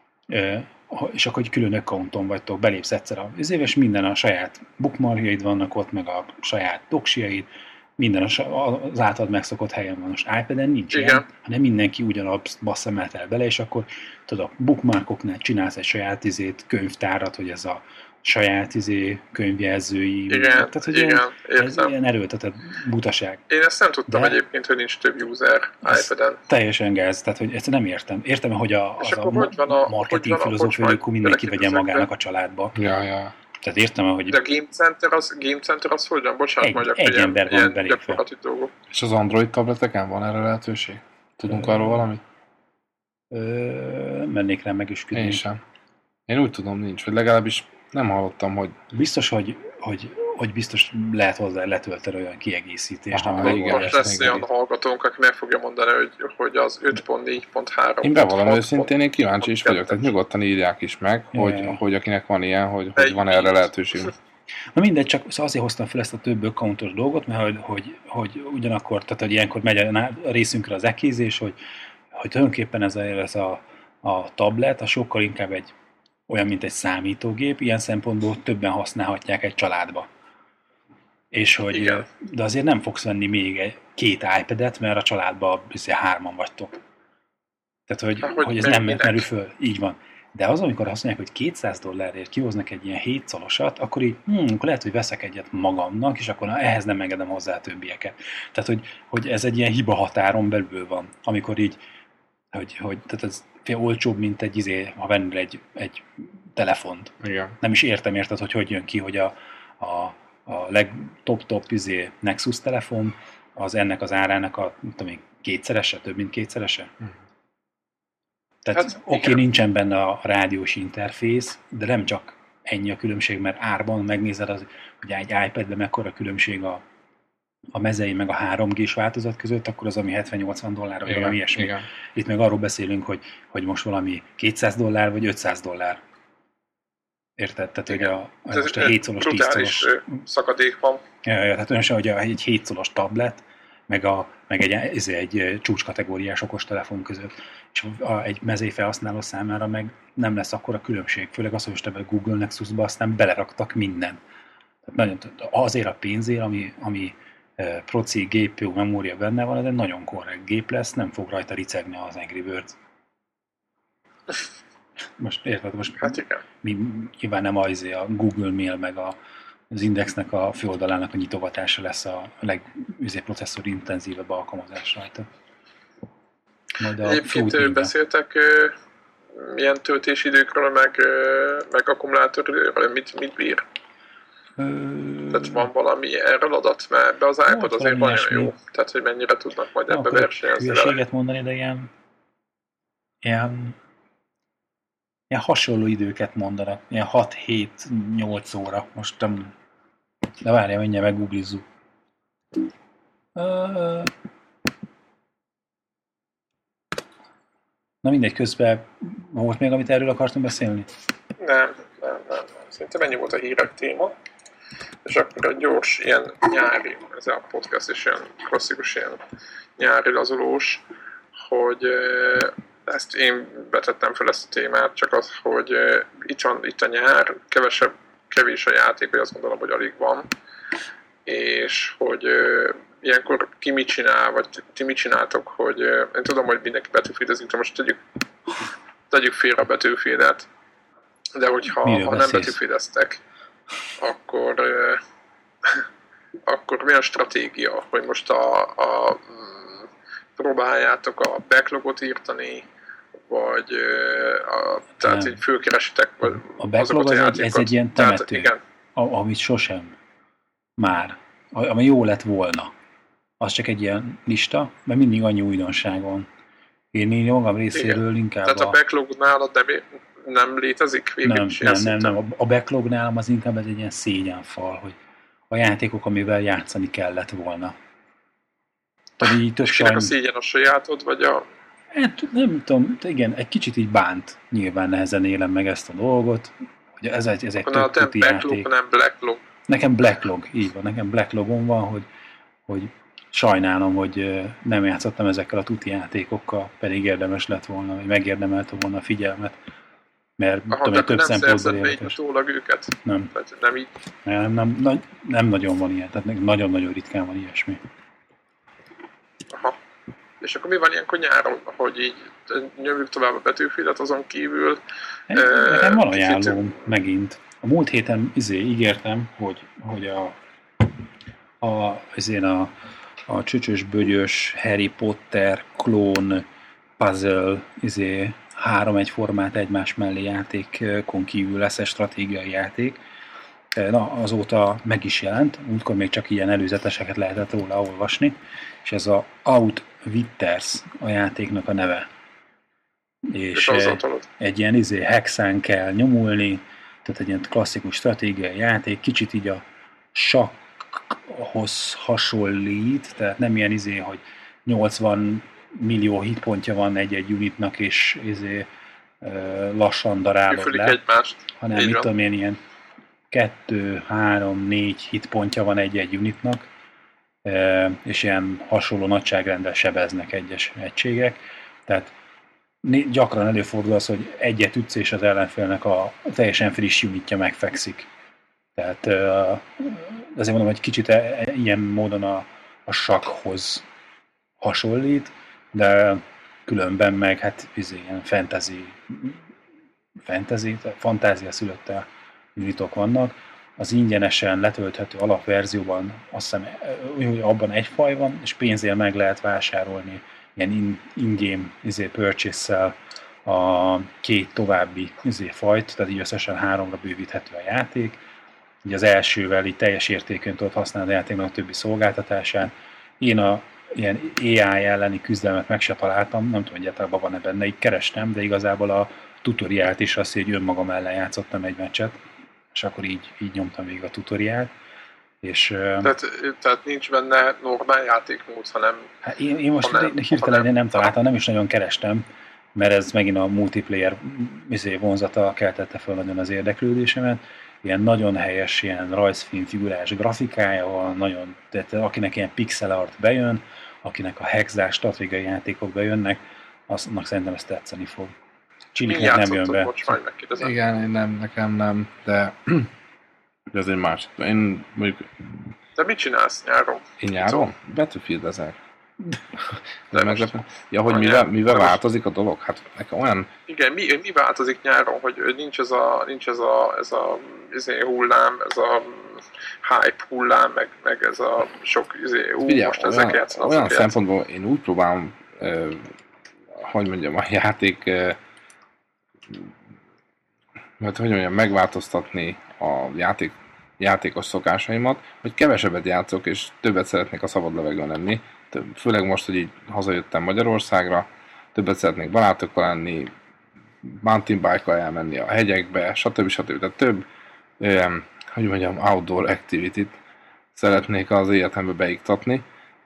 És akkor egy külön accounton vagytok, belépsz egyszer a és minden a saját bookmarkjaid vannak ott, meg a saját doksiaid, minden az általad megszokott helyen van. Most iPad-en nincs igen. Ilyen, hanem mindenki ugyanabba szemelt el bele, és akkor tudod, a bookmarkoknál csinálsz egy saját izét, könyvtárat, hogy ez a saját izé, könyvjelzői. Igen, tehát, hogy igen, ilyen, ez ilyen erőltetett butaság. Én ezt nem tudtam de egyébként, hogy nincs több user iPad-en. Teljesen gáz, tehát hogy ezt nem értem. Értem, hogy a, az a, a marketing filozófia, hogy mindenki vegye magának a családba. Ja, ja. Tehát értem, hogy... De a Game Center az, Game Center az hogyan? Bocsánat, egy, mondjak, egy ilyen, ember van ilyen belépve. És az Android tableteken van erre lehetőség? Tudunk Ö... arról valamit? Ö... Mennék rá megüsküdni. Én sem. Én úgy tudom, nincs, vagy legalábbis nem hallottam, hogy... Biztos, hogy, hogy, hogy biztos lehet hozzá letölteni olyan kiegészítést. Aha, igen, most lesz olyan hallgatónk, aki meg fogja mondani, hogy, hogy az öt pont négy pont három. Én bevallom őszintén, én kíváncsi is vagyok, tehát nyugodtan írják is meg, ja, hogy, ja. hogy akinek van ilyen, hogy, hogy van erre lehetőség. Na mindegy, csak azért hoztam fel ezt a több accountos dolgot, mert hogy, hogy, hogy ugyanakkor, tehát hogy ilyenkor megy a részünkre az ekézés, hogy, hogy tulajdonképpen ez a, ez a, a tablet a sokkal inkább egy olyan, mint egy számítógép, ilyen szempontból többen használhatják egy családba. És hogy, igen. De azért nem fogsz venni még egy, két iPad-et, mert a családban bizony hárman vagytok. Tehát, hogy, Há, hogy ez nem merül föl. Így van. De az, amikor azt mondják, hogy kétszáz dollárért kihoznak egy ilyen hét szalosat, akkor így, hm, akkor lehet, hogy veszek egyet magamnak, és akkor na, ehhez nem engedem hozzá a többieket. Tehát, hogy, hogy ez egy ilyen hiba határon belül van, amikor így, hogy, hogy tehát ez fél olcsóbb, mint egy izé, ha vennél egy, egy telefont. Igen. Nem is értem, érted, hogy hogy jön ki, hogy a, a, a legtop-top izé Nexus telefon az ennek az árának a tudom, kétszerese, több mint kétszerese. Hmm. Tehát hát, oké, okay, nincsen benne a rádiós interfész, de nem csak ennyi a különbség, mert árban megnézed, az, hogy egy iPad-ben mekkora különbség a, a mezei meg a három gés változat között, akkor az, ami hetven-nyolcvan dollár, vagy valami ilyesmi. Igen. Itt meg arról beszélünk, hogy, hogy most valami kétszáz dollár, vagy ötszáz dollár. Érted? Tehát, hogy a, a, most a hét szoros, tíz szoros szakadék van. Ja, ja, tehát olyan sem, hogy egy hét szoros tablet, meg, a, meg egy, ez egy csúcskategóriás okostelefon között, és a, egy mezei felhasználó számára meg nem lesz akkora különbség, főleg az, hogy most ebben a Google Nexusba aztán beleraktak mindent. Tehát nagyon, azért a pénzért, ami, ami proci, gé pé u, memória benne van, ez egy nagyon korrekt gép lesz, nem fog rajta ricegni az Angry Birds. Most érted, most hát igen. Mi, nyilván nem az a Google Mail meg a, az Indexnek a főoldalának a nyitogatása lesz a legprocesszor intenzívebb alkalmazás rajta. Majd a Egyébként beszéltek uh, milyen töltésidőkről, meg, uh, meg akkumulátoridőről, mit, mit bír? Uh, Tehát van valami erről adat, mert ebbe az iPod azért van jó. Tehát, hogy mennyire tudnak majd ebbe versenyezni vele. Hülyeséget mondani, de ilyen ilyen ilyen hasonló időket mondanak, ilyen hat-hét-nyolc óra. Most nem... De várjál, mindjárt meggooglizzuk. Na mindegy, közben volt még, amit erről akartunk beszélni? Nem, nem, nem. Szerintem ennyi volt a hírek téma. És akkor egy gyors, ilyen nyári, ez a podcast is ilyen klasszikus, ilyen nyári lazulós, hogy ezt én betettem fel ezt a témát, csak az, hogy uh, itt van itt a nyár, kevesebb, kevés a játék, vagy azt gondolom, hogy alig van, és hogy uh, ilyenkor ki mit csinál, vagy ti mit csináltok, hogy uh, én tudom, hogy mindenki Battlefieldezik, de most tegyük, tegyük félre a Battlefieldet, de hogyha ha nem Battlefieldeztek, akkor, uh, akkor mi a stratégia, hogy most a, a próbáljátok a backlogot írtani, vagy a, tehát nem. így fölkeresitek a backlog az egy, ez egy ilyen temető, tehát, amit sosem már, ami jó lett volna. Az csak egy ilyen lista, mert mindig annyi újdonság van. Én, én magam részéről igen. inkább Tehát a, a backlog nálad nem, nem létezik? Nem, nem, nem, nem. A backlog nálam az inkább egy ilyen szégyenfal, hogy a játékok, amivel játszani kellett volna. És kinek a szégyen a sajátod, vagy a... Hát nem tudom, igen, egy kicsit így bánt. Nyilván nehezen élem meg ezt a dolgot. Hogy ez egy, ez egy tök tuti játék. Nem backlog. Nekem backlog, így van. Nekem backlogom van, hogy, hogy sajnálom, hogy nem játszottam ezekkel a tuti játékokkal, pedig érdemes lett volna, vagy megérdemelte volna a figyelmet. Mert aha, tudom, több szempontból érdekes. őket? Nem. Tehát nem így? Nem, nem, nem, nem nagyon van ilyen, tehát nagyon-nagyon ritkán van ilyesmi. Aha. És akkor mi van ilyenkor nyáron, hogy így nyomjuk tovább a Battlefieldet azon kívül? Nekem van ajánlóm megint. A múlt héten izé ígértem, hogy, hogy a, a, azért a, a csöcsös-bögyös Harry Potter klón puzzle izé, három egyformát egymás mellé játékon kívül lesz egy stratégiai játék. Na, azóta meg is jelent, útkor még csak ilyen előzeteseket lehetett róla olvasni, és ez a Outwitters a játéknak a neve. És, és egy ilyen izé, hexán kell nyomulni, tehát egy ilyen klasszikus stratégiai játék, kicsit így a sakkhoz hasonlít, tehát nem ilyen izé, hogy nyolcvan millió hitpontja van egy-egy unitnak, és izé, lassan darálod le, egymást. hanem mit tudom én, ilyen kettő, három, négy hitpontja van egy-egy unitnak, és ilyen hasonló nagyságrendel sebeznek egyes egységek. Tehát gyakran előfordul az, hogy egyet ütsz, és az ellenfélnek a teljesen friss unitja megfekszik. Tehát azért mondom, hogy kicsit ilyen módon a, a sakkhoz hasonlít, de különben meg hát ilyen fantasy, fantasy, fantázia szülötte unitok vannak. Az ingyenesen letölthető alapverzióban azt hiszem, hogy abban egy faj van, és pénzért meg lehet vásárolni ilyen in-game izé, purchase-szel a két további izé, fajt, tehát így összesen háromra bővíthető a játék. Így az elsővel így teljes értékön tudod használni a játéknak a többi szolgáltatását. Én a ilyen á i elleni küzdelmet meg se találtam, nem tudom, hogy egyáltalán van-e benne, így kerestem, de igazából a tutoriált is azt, hogy önmagam ellen játszottam egy meccset. és akkor így, így nyomtam végig a tutoriát. És, tehát, tehát nincs benne normál játékmód, hanem... Hát én, én most hanem, hirtelen hanem, nem találtam, nem is nagyon kerestem, mert ez megint a multiplayer vonzata keltette fel nagyon az érdeklődésemet. Ilyen nagyon helyes, ilyen rajzfilmfigurás grafikája van, nagyon, tehát akinek ilyen pixel art bejön, akinek a hexás stratégiai játékok bejönnek, aznak szerintem ezt tetszeni fog. Csiniknek nem jön be. Igen, én nem, nekem nem, de ez egy másik. Én mondjuk... De mit csinálsz nyáron? Én nyáron? Battlefield ezek. De meglepő. Ja, hogy mivel, mivel változik a dolog? Hát nekem olyan... Igen, mi, mi változik nyáron, hogy nincs ez a, nincs ez a, ez a izé, hullám, ez a hype hullám, meg, meg ez a sok izé, ú, Figyelj, most olyan, ezek játszanak. Olyan szempontból én úgy próbálom, eh, hogy mondjam, a játék eh, mert hogy mondjam, megváltoztatni a játék, játékos szokásaimat, hogy kevesebbet játszok, és többet szeretnék a szabad levegőn lenni. Főleg most, hogy így hazajöttem Magyarországra, többet szeretnék barátokkal lenni, mountain bike-kal elmenni a hegyekbe, stb. stb. Tehát több, olyan, hogy mondjam, outdoor activity-t szeretnék az életembe beiktatni,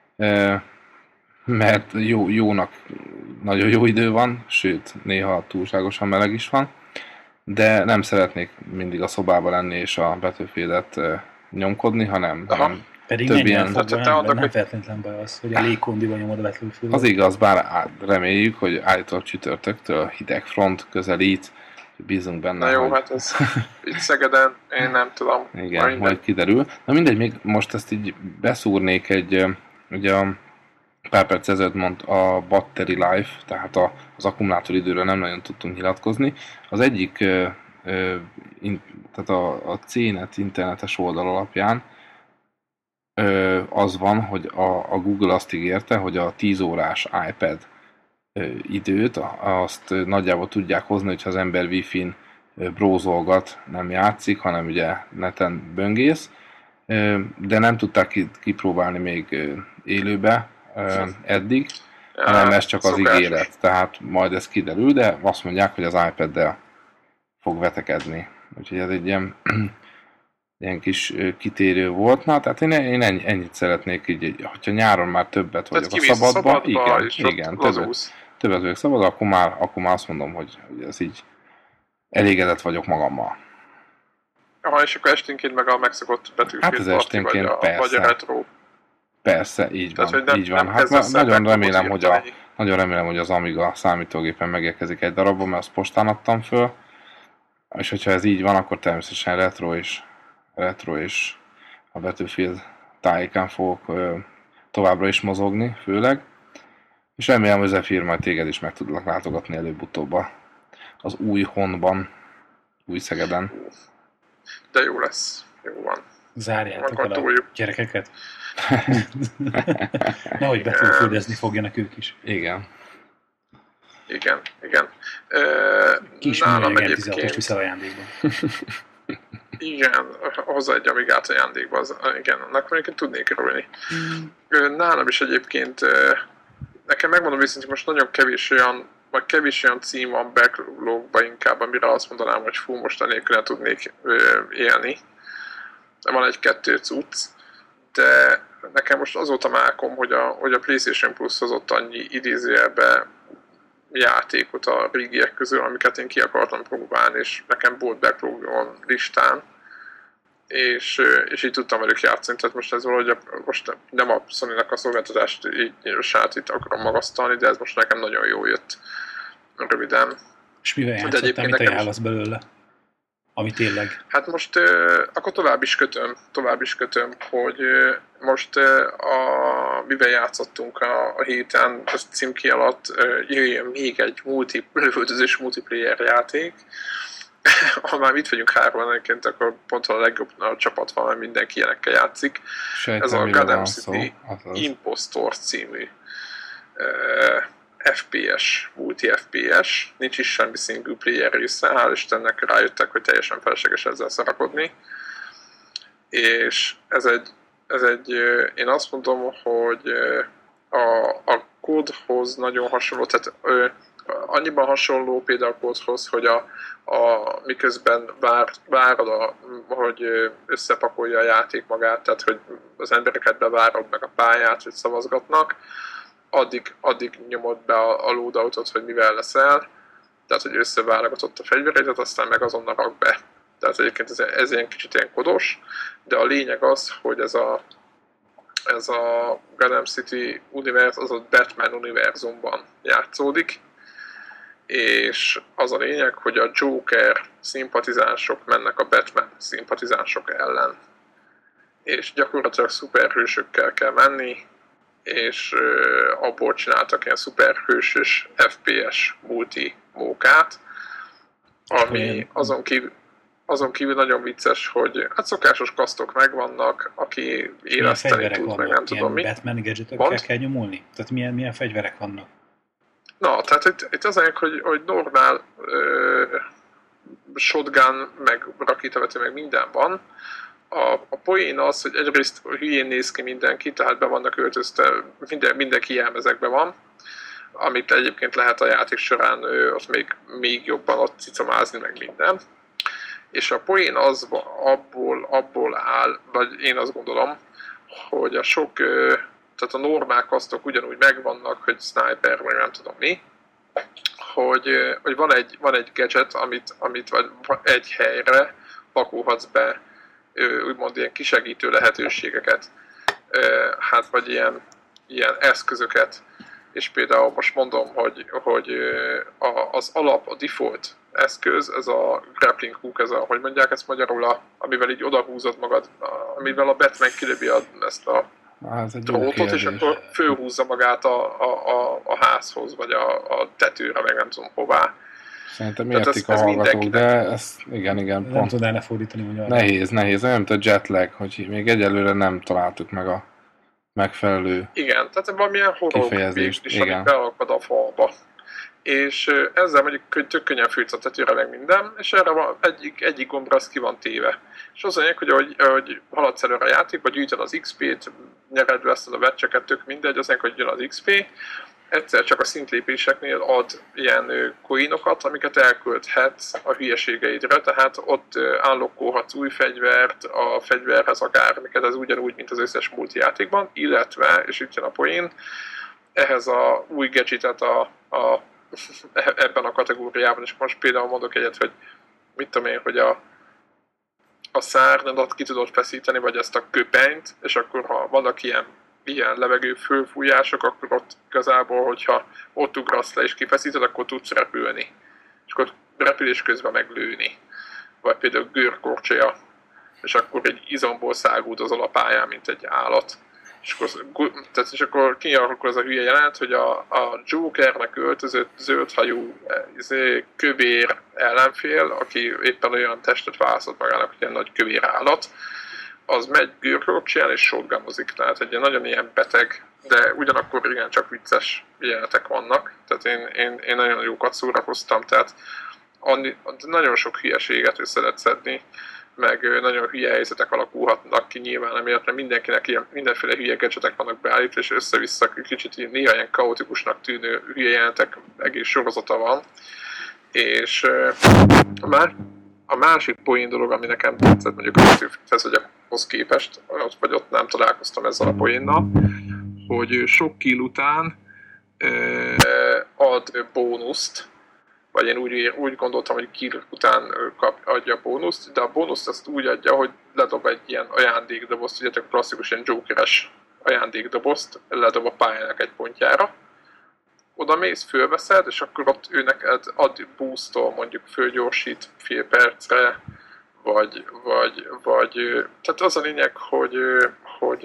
mert jó, jónak nagyon jó idő van, sőt, néha túlságosan meleg is van, de nem szeretnék mindig a szobában lenni és a Battlefieldet nyomkodni, hanem, hanem pedig több ilyen... Fog, nem, nem, nem feltétlen baj az, hogy a légkondiban nyomod a Battlefieldet. Az igaz, bár reméljük, hogy állítólag csütörtöktől hideg front közelít, bízunk benne. Na jó, hogy... hát ez itt Szegeden, én nem tudom. Igen, majd, majd kiderül. Na mindegy, még most ezt így beszúrnék egy, ugye a pár perc ezelőtt mond a battery life, tehát a, az akkumulátor időről nem nagyon tudtunk nyilatkozni. Az egyik, ö, ö, in, tehát a, a cé net internetes oldal alapján ö, az van, hogy a, a Google azt ígérte, hogy a tíz órás iPad ö, időt azt nagyjából tudják hozni, hogyha az ember Wi-Fi-n brózolgat, nem játszik, hanem ugye neten böngész, ö, de nem tudták kipróbálni még élőbe eddig, ja, hanem ez csak az szokásos ígéret, tehát majd ez kiderül, de azt mondják, hogy az iPad-del fog vetekedni. Úgyhogy ez egy ilyen, ilyen kis kitérő volt. Na, tehát én, én ennyi, ennyit szeretnék, így, hogyha nyáron már többet vagyok a szabadba, szabadba igen, igen többet, többet vagyok szabad, akkor már, akkor már azt mondom, hogy, hogy ez így elégedett vagyok magammal. Aha, és akkor esténként meg a megszokott betűfél hát ez esténként vagy a, persze. Vagy a retro. Persze, így van, tehát, nem, így van. Hát na, nagyon remélem, hogy a, nagyon remélem, hogy az Amiga számítógépen megérkezik egy darabban, mert azt postán adtam föl. És hogyha ez így van, akkor természetesen retro és, retro és a Battlefield tájékán fogok ö, továbbra is mozogni, főleg. És remélem, hogy Zephyr majd téged is meg tudlak látogatni előbb-utóbb az új Honban, új Szegeden. De jó lesz, jó van. Zárjátok el a gyerekeket. Nehogy Battlefieldezni fogjanak ők is. Igen. Igen, igen. Kis műanyag em tizenhatos vissza ajándékban. Igen, hozzá egy Amigát ajándékba, az, igen, annak mondjuk tudnék örülni. Mm. Nálam is egyébként, nekem megmondom őszintén, most nagyon kevés olyan, vagy kevés olyan cím van backlogba inkább, amire azt mondanám, hogy fú, most enélkül tudnék élni. Van egy-kettő cucc, de nekem most az volt a mákom, hogy a, hogy a PlayStation Plus hozott annyi idézőjelbe játékot a régiek közül, amiket én ki akartam próbálni, és nekem volt backlogon listán, és, és így tudtam velük játszani. Tehát most ez valahogy, most nem a Sony-nak a szolgáltatást így saját itt akarom magasztalni, de ez most nekem nagyon jó jött röviden. És mivel játszottál, mit ajánlasz belőle? Ami tényleg. Hát most uh, akkor tovább is kötöm, tovább is kötöm, hogy uh, most uh, a, mivel játszottunk a, a héten, a címki alatt uh, jöjjön még egy multi, lövöldözős multiplayer játék. Ha már itt vagyunk hárman, egyébként, akkor pont a legjobb a csapat van, mert mindenki ilyenekkel játszik. Sejtem, ez a Gotham City Impostor című uh, ef pé es, multi ef pé es, nincs is semmi single player része, hál' Istennek rájöttek, hogy teljesen felesleges ezzel szarakodni. És ez egy, ez egy, én azt mondom, hogy a, a kódhoz nagyon hasonló, tehát annyiban hasonló például Code-hoz, hogy a, a, miközben vár, várod, a, hogy összepakolja a játék magát, tehát hogy az embereket bevárod meg a pályát, hogy szavazgatnak, addig, addig nyomod be a, a loadoutot, hogy mivel leszel, tehát hogy összeválogatott a fegyvereidet, aztán meg azonnal rak be. Tehát egyébként ez, ez ilyen kicsit ilyen kodos, de a lényeg az, hogy ez a ez a Gotham City univerzum, az a Batman univerzumban játszódik, és az a lényeg, hogy a Joker szimpatizánsok mennek a Batman szimpatizánsok ellen. És gyakorlatilag szuperhősökkel kell menni, és uh, abból csináltak ilyen szuperhősös ef pé es multi mókát, ami azon kívül Azon kívül nagyon vicces, hogy hát szokásos kasztok megvannak, aki éleszteni tud, vannak? Meg nem tudom mi. Batman gadgetekkel kell nyomulni? Tehát milyen, milyen fegyverek vannak? Na, tehát itt, itt az egyik, hogy, hogy normál ö, shotgun, meg rakétavető, meg minden van. A, a poén az, hogy egyrészt hülyén néz ki mindenki, tehát be vannak öltözte, minden, mindenki jelmezekben van, amit egyébként lehet a játék során ö, ott még, még jobban ott cicamázni, meg minden. És a poén az abból, abból áll, vagy én azt gondolom, hogy a sok, tehát a normál kasztok ugyanúgy megvannak, hogy sniper, meg nem tudom mi, hogy, hogy van, egy, van egy gadget, amit, amit vagy egy helyre pakolhatsz be, úgymond ilyen kisegítő lehetőségeket, hát vagy ilyen, ilyen eszközöket, és például most mondom, hogy, hogy az alap, a default eszköz, ez a grappling hook, ez a, hogy mondják ezt magyarul, a, amivel így odahúzod magad, a, amivel a Batman kilövi ezt a drótot, és akkor fölhúzza magát a, a, a, a házhoz, vagy a, a tetőre, meg nem tudom hová. Szerintem értik a hallgatók, de ezt igen, igen. Nem pont tudnál lefordítani magyarul. Nehéz, nehéz, olyan, mint a jetlag, hogy még egyelőre nem találtuk meg a megfelelő igen, tehát valamilyen horror kifejezést, is, ami beakad a falba. És ezzel mondjuk tök könnyen fűtsz a tetőre meg minden, és erre van egyik, egyik gombra az ki van téve. És az anyag, hogy ahogy, ahogy haladsz előre a játékba, gyűjtöd az iksz pét, nyered, veszed a vecseket, tök mindegy, az anyag, hogy jön az iksz pé, egyszer csak a szintlépéseknél ad ilyen coinokat, amiket elkölthetsz a hülyeségeidre, tehát ott unlockolhatsz új fegyvert, a fegyverhez akármiket, ez ugyanúgy, mint az összes multijátékban, illetve, és itt jön a poén, ehhez a új gadgetet a, a, ebben a kategóriában, és most például mondok egyet, hogy mit tudom én, hogy a, a szárnyadat ki tudod feszíteni, vagy ezt a köpenyt, és akkor ha vannak ilyen ilyen levegő fölfújások, akkor ott igazából, hogyha ott ugrasz le és kifeszíted, akkor tudsz repülni. És akkor repülés közben meglőni. Vagy például görkorcsolya, és akkor egy izomból száguldozol a pályán, mint egy állat. És akkor, tehát, és akkor kinyalakul az a hülye jelent, hogy a, a Jokernek öltözött zöldhajú kövér ellenfél, aki éppen olyan testet választott magának, hogy ilyen nagy kövér állat, az megy görkorcsolyán és shotgunozik. Tehát egy nagyon ilyen beteg, de ugyanakkor igen csak vicces jelenetek vannak. Tehát én, én, én nagyon jókat szórakoztam, tehát annyi, nagyon sok hülyeséget össze lehet szedni, meg nagyon hülye helyzetek alakulhatnak ki nyilván, emiatt, mert mindenkinek ilyen, mindenféle hülye gadgetek vannak beállítva, és össze-vissza kicsit néha ilyen kaotikusnak tűnő hülye jelenetek egész sorozata van. És uh, már a másik poén dolog, ami nekem tetszett, mondjuk az, hogy ahhoz képest, ott vagy ott nem találkoztam ezzel a poénnal, hogy sok kill után uh, ad bónuszt, vagy én úgy, úgy gondoltam, hogy kill után kap, adja a bónuszt, de a bónuszt azt úgy adja, hogy ledob egy ilyen ajándékdobozt, tudjátok, klasszikus ilyen jokeres ajándékdobozt, ledob a pályának egy pontjára, oda mész, fölveszed, és akkor ott ő neked ad boostol, mondjuk fölgyorsít fél percre, vagy, vagy, vagy, tehát az a lényeg, hogy, hogy,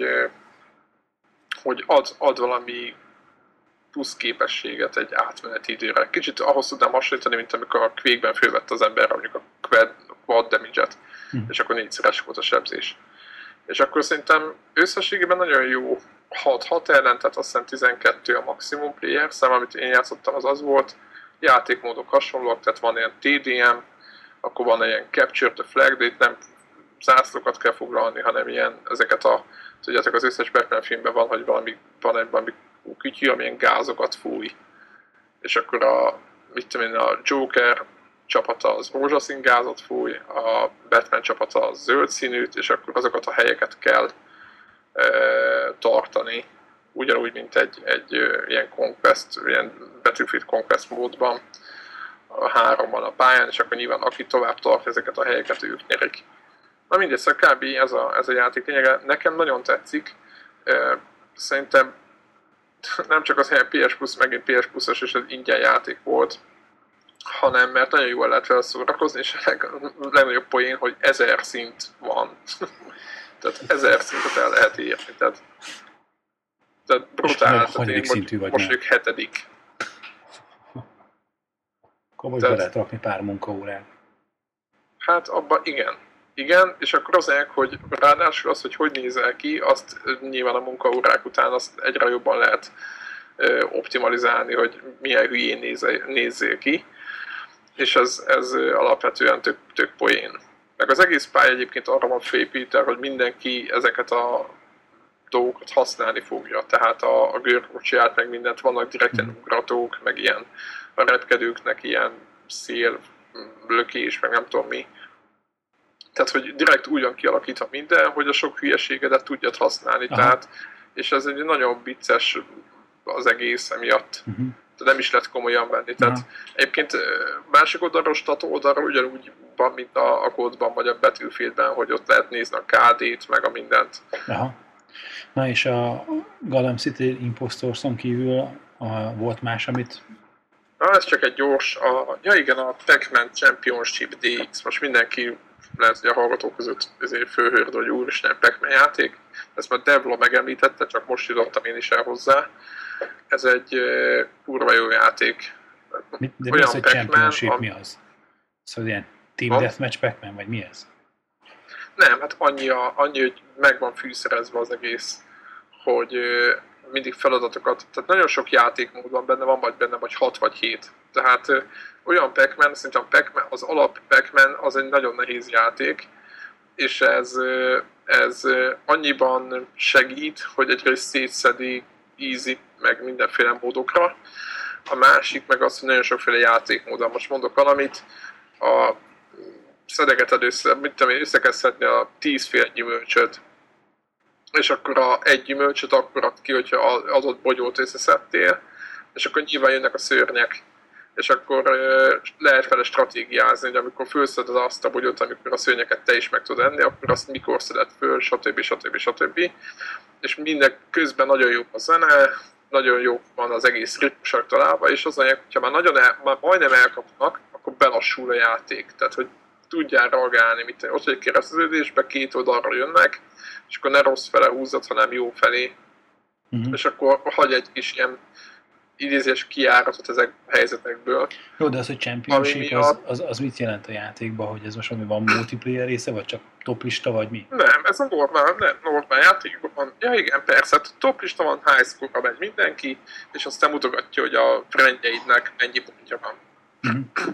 hogy ad, ad valami plusz képességet egy átmeneti időre. Kicsit ahhoz tudnám hasonlítani, mint amikor a Quake-ben fölvett az ember, mondjuk a quad, quad damage-et, hm. és akkor négyszeres volt a sebzés. És akkor szerintem összességében nagyon jó hat ellen, tehát azt hiszem tizenkettő a maximum player szám, amit én játszottam, az az volt. Játékmódok hasonlóak, tehát van ilyen té dé em, akkor van ilyen Capture the Flag, de itt nem zászlókat kell foglalni, hanem ilyen, ezeket a, tudjátok, az összes Batman filmben van, hogy valami, van egy valami kütyű, amilyen gázokat fúj. És akkor a, mit tudom én, a Joker csapata az rózsaszín gázot fúj, a Batman csapata az zöld színűt, és akkor azokat a helyeket kell e, tartani, ugyanúgy, mint egy, egy ilyen Conquest, ilyen Battlefield Conquest módban, a három van a pályán, és akkor nyilván aki tovább tart ezeket a helyeket, ők nyerik. Na mindegy, szóval kb. ez a, ez a játék lényege. Nekem nagyon tetszik. Szerintem nem csak az helyen pé es Plus, megint pé es Plus-os és az ingyen játék volt, hanem mert nagyon jól lehet vele szórakozni, és a leg, legnagyobb poén, hogy ezer szint van. Tehát ezer szintet el lehet érni. Tehát, tehát brutál. Hanyadik szintű vagy? Most ők hetedik. Akkor most be lehet rakni pár munkaórát. Hát abban igen. Igen, és akkor az el, hogy ráadásul az, hogy hogy nézel ki, azt nyilván a munkaórák után azt egyre jobban lehet ö, optimalizálni, hogy milyen hülyén nézzél, nézzél ki. És ez, ez alapvetően tök, tök poén. Meg az egész pálya egyébként arra van felépítve, hogy mindenki ezeket a dolgokat használni fogja. Tehát a, a görkocsiját, meg mindent, vannak direkten ugratók, meg ilyen a repkedőknek ilyen szél, lökés, meg nem tudom mi. Tehát, hogy direkt úgy van kialakítva minden, hogy a sok hülyeségedet tudjad használni. Tehát, és ez egy nagyon vicces az egész emiatt. Uh-huh. Tehát nem is lehet komolyan venni. Tehát uh-huh. egyébként másik oldalról, stat oldalról ugyanúgy van, mint a, a kódban, vagy a Battlefieldben, hogy ott lehet nézni a ká dét, meg a mindent. Aha. Na és a Gotham City Impostorson kívül a, volt más, amit... Na, ez csak egy gyors, a, ja igen, a Pac-Man Championship dé iksz, most mindenki lehet, hogy a hallgatók között ezért fölhőrd, hogy úristen, Pac-Man játék. Ezt már Devla megemlítette, csak most jutottam én is el hozzá. Ez egy uh, kurva jó játék. Mi, de mi az, hogy Championship, a... mi az? Szóval ilyen Team Deathmatch Pac-Man, vagy mi ez? Nem, hát annyi, a, annyi, hogy meg van fűszerezve az egész, hogy uh, mindig feladatokat, tehát nagyon sok játékmód van benne, van vagy benne vagy hat vagy hét. Tehát uh, olyan Pac-Man, szerintem Pac-Man, az alap Pac-Man az egy nagyon nehéz játék, és ez, uh, ez uh, annyiban segít, hogy egyrészt szétszedi easy, meg mindenféle módokra. A másik meg az, hogy nagyon sokféle játékmódon. Most mondok valamit, a szedegeted össze, mit tudom én, össze kell szedni a tízféle gyümölcsöt, és akkor a egy gyümölcsöt akkor ad ki, hogyha az adott bogyót összeszedtél, és akkor nyilván jönnek a szörnyek, és akkor uh, lehet vele stratégiázni, hogy amikor fölszeded azt a bogyót, amikor a szörnyeket te is meg tudod enni, akkor azt mikor szeded föl, stb. stb. stb. És minden közben nagyon jó a zene, nagyon jó van az egész ritmusnak találva, és az anyag, hogyha már, nagyon el, már majdnem elkapnak, akkor belassul a játék. Tehát, hogy tudjál reagálni, mint ott egy kereszteződésbe, két oldalra jönnek, és akkor ne rossz fele húzzad, hanem jó felé. Uh-huh. És akkor hagy egy kis ilyen idézés kijáratot ezek a helyzetekből. Jó, de az, hogy Championship, az, az, az mit jelent a játékban, hogy ez most ami van multiplayer része, vagy csak toplista, vagy mi? Nem, ez a normál, nem, normál játékban van. Ja igen, persze, toplista van, high score-ra megy mindenki, és aztán mutogatja, hogy a friendjeidnek mennyi pontja van. Uh-huh.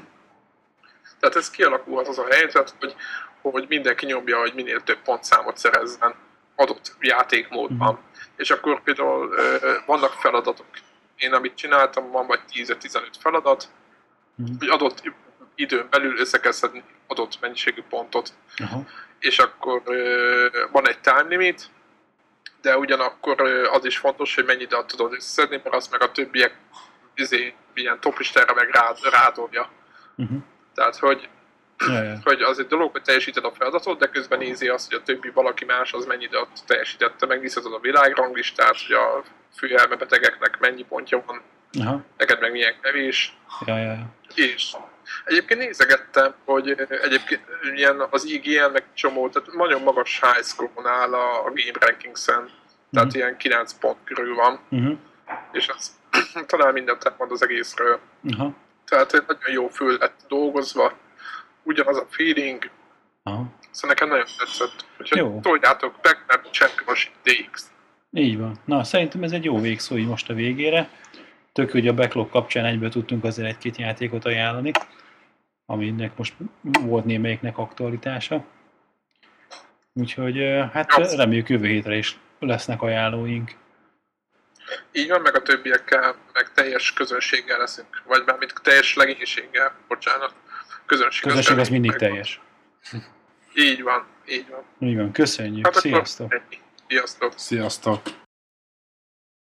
Tehát ez kialakulhat az a helyzet, hogy, hogy mindenki nyomja, hogy minél több pontszámot szerezzen adott játékmódban. Uh-huh. És akkor például ö, vannak feladatok. Én amit csináltam, van vagy tíz-tizenöt feladat, uh-huh. hogy adott időn belül össze kell szedni adott mennyiségű pontot. Uh-huh. És akkor ö, van egy time limit, de ugyanakkor ö, az is fontos, hogy mennyi időt tudod összeszedni, mert azt meg a többiek izé, ilyen toplistára meg rád, rádolja. Uh-huh. Tehát, hogy, yeah. hogy az egy dolog, hogy teljesíted a feladatot, de közben nézi azt, hogy a többi valaki más az mennyi időt teljesítette, megnézheted a világranglistát, hogy a főelmebetegeknek mennyi pontja van, uh-huh. neked meg milyen kevés. Yeah, yeah. És egyébként nézegettem, hogy egyébként ilyen az i gé en meg csomó, tehát nagyon magas high score-on áll a, a Game Rankings-en, tehát uh-huh. ilyen kilenc pont körül van, uh-huh. és az talán mindent elmond az egészről. Uh-huh. Tehát nagyon jó föl lett dolgozva, ugyanaz a feeling, uh-huh. szóval nekem nagyon tetszett. Úgyhogy toljátok Pac-Man Championship dé iksz. Így van. Na, szerintem ez egy jó végszó így most a végére. Tök, hogy a backlog kapcsán egyből tudtunk azért egy-két játékot ajánlani, aminek most volt némelyiknek aktualitása. Úgyhogy hát Azt. reméljük jövő hétre is lesznek ajánlóink. Így van, meg a többiekkel, meg teljes közönséggel leszünk. Vagy bármit teljes legénységgel, bocsánat. Közönség, közönség az, az mindig meg. teljes. Így van, így van. Így van, köszönjük, Hát sziasztok! Sziasztok! Sziasztok!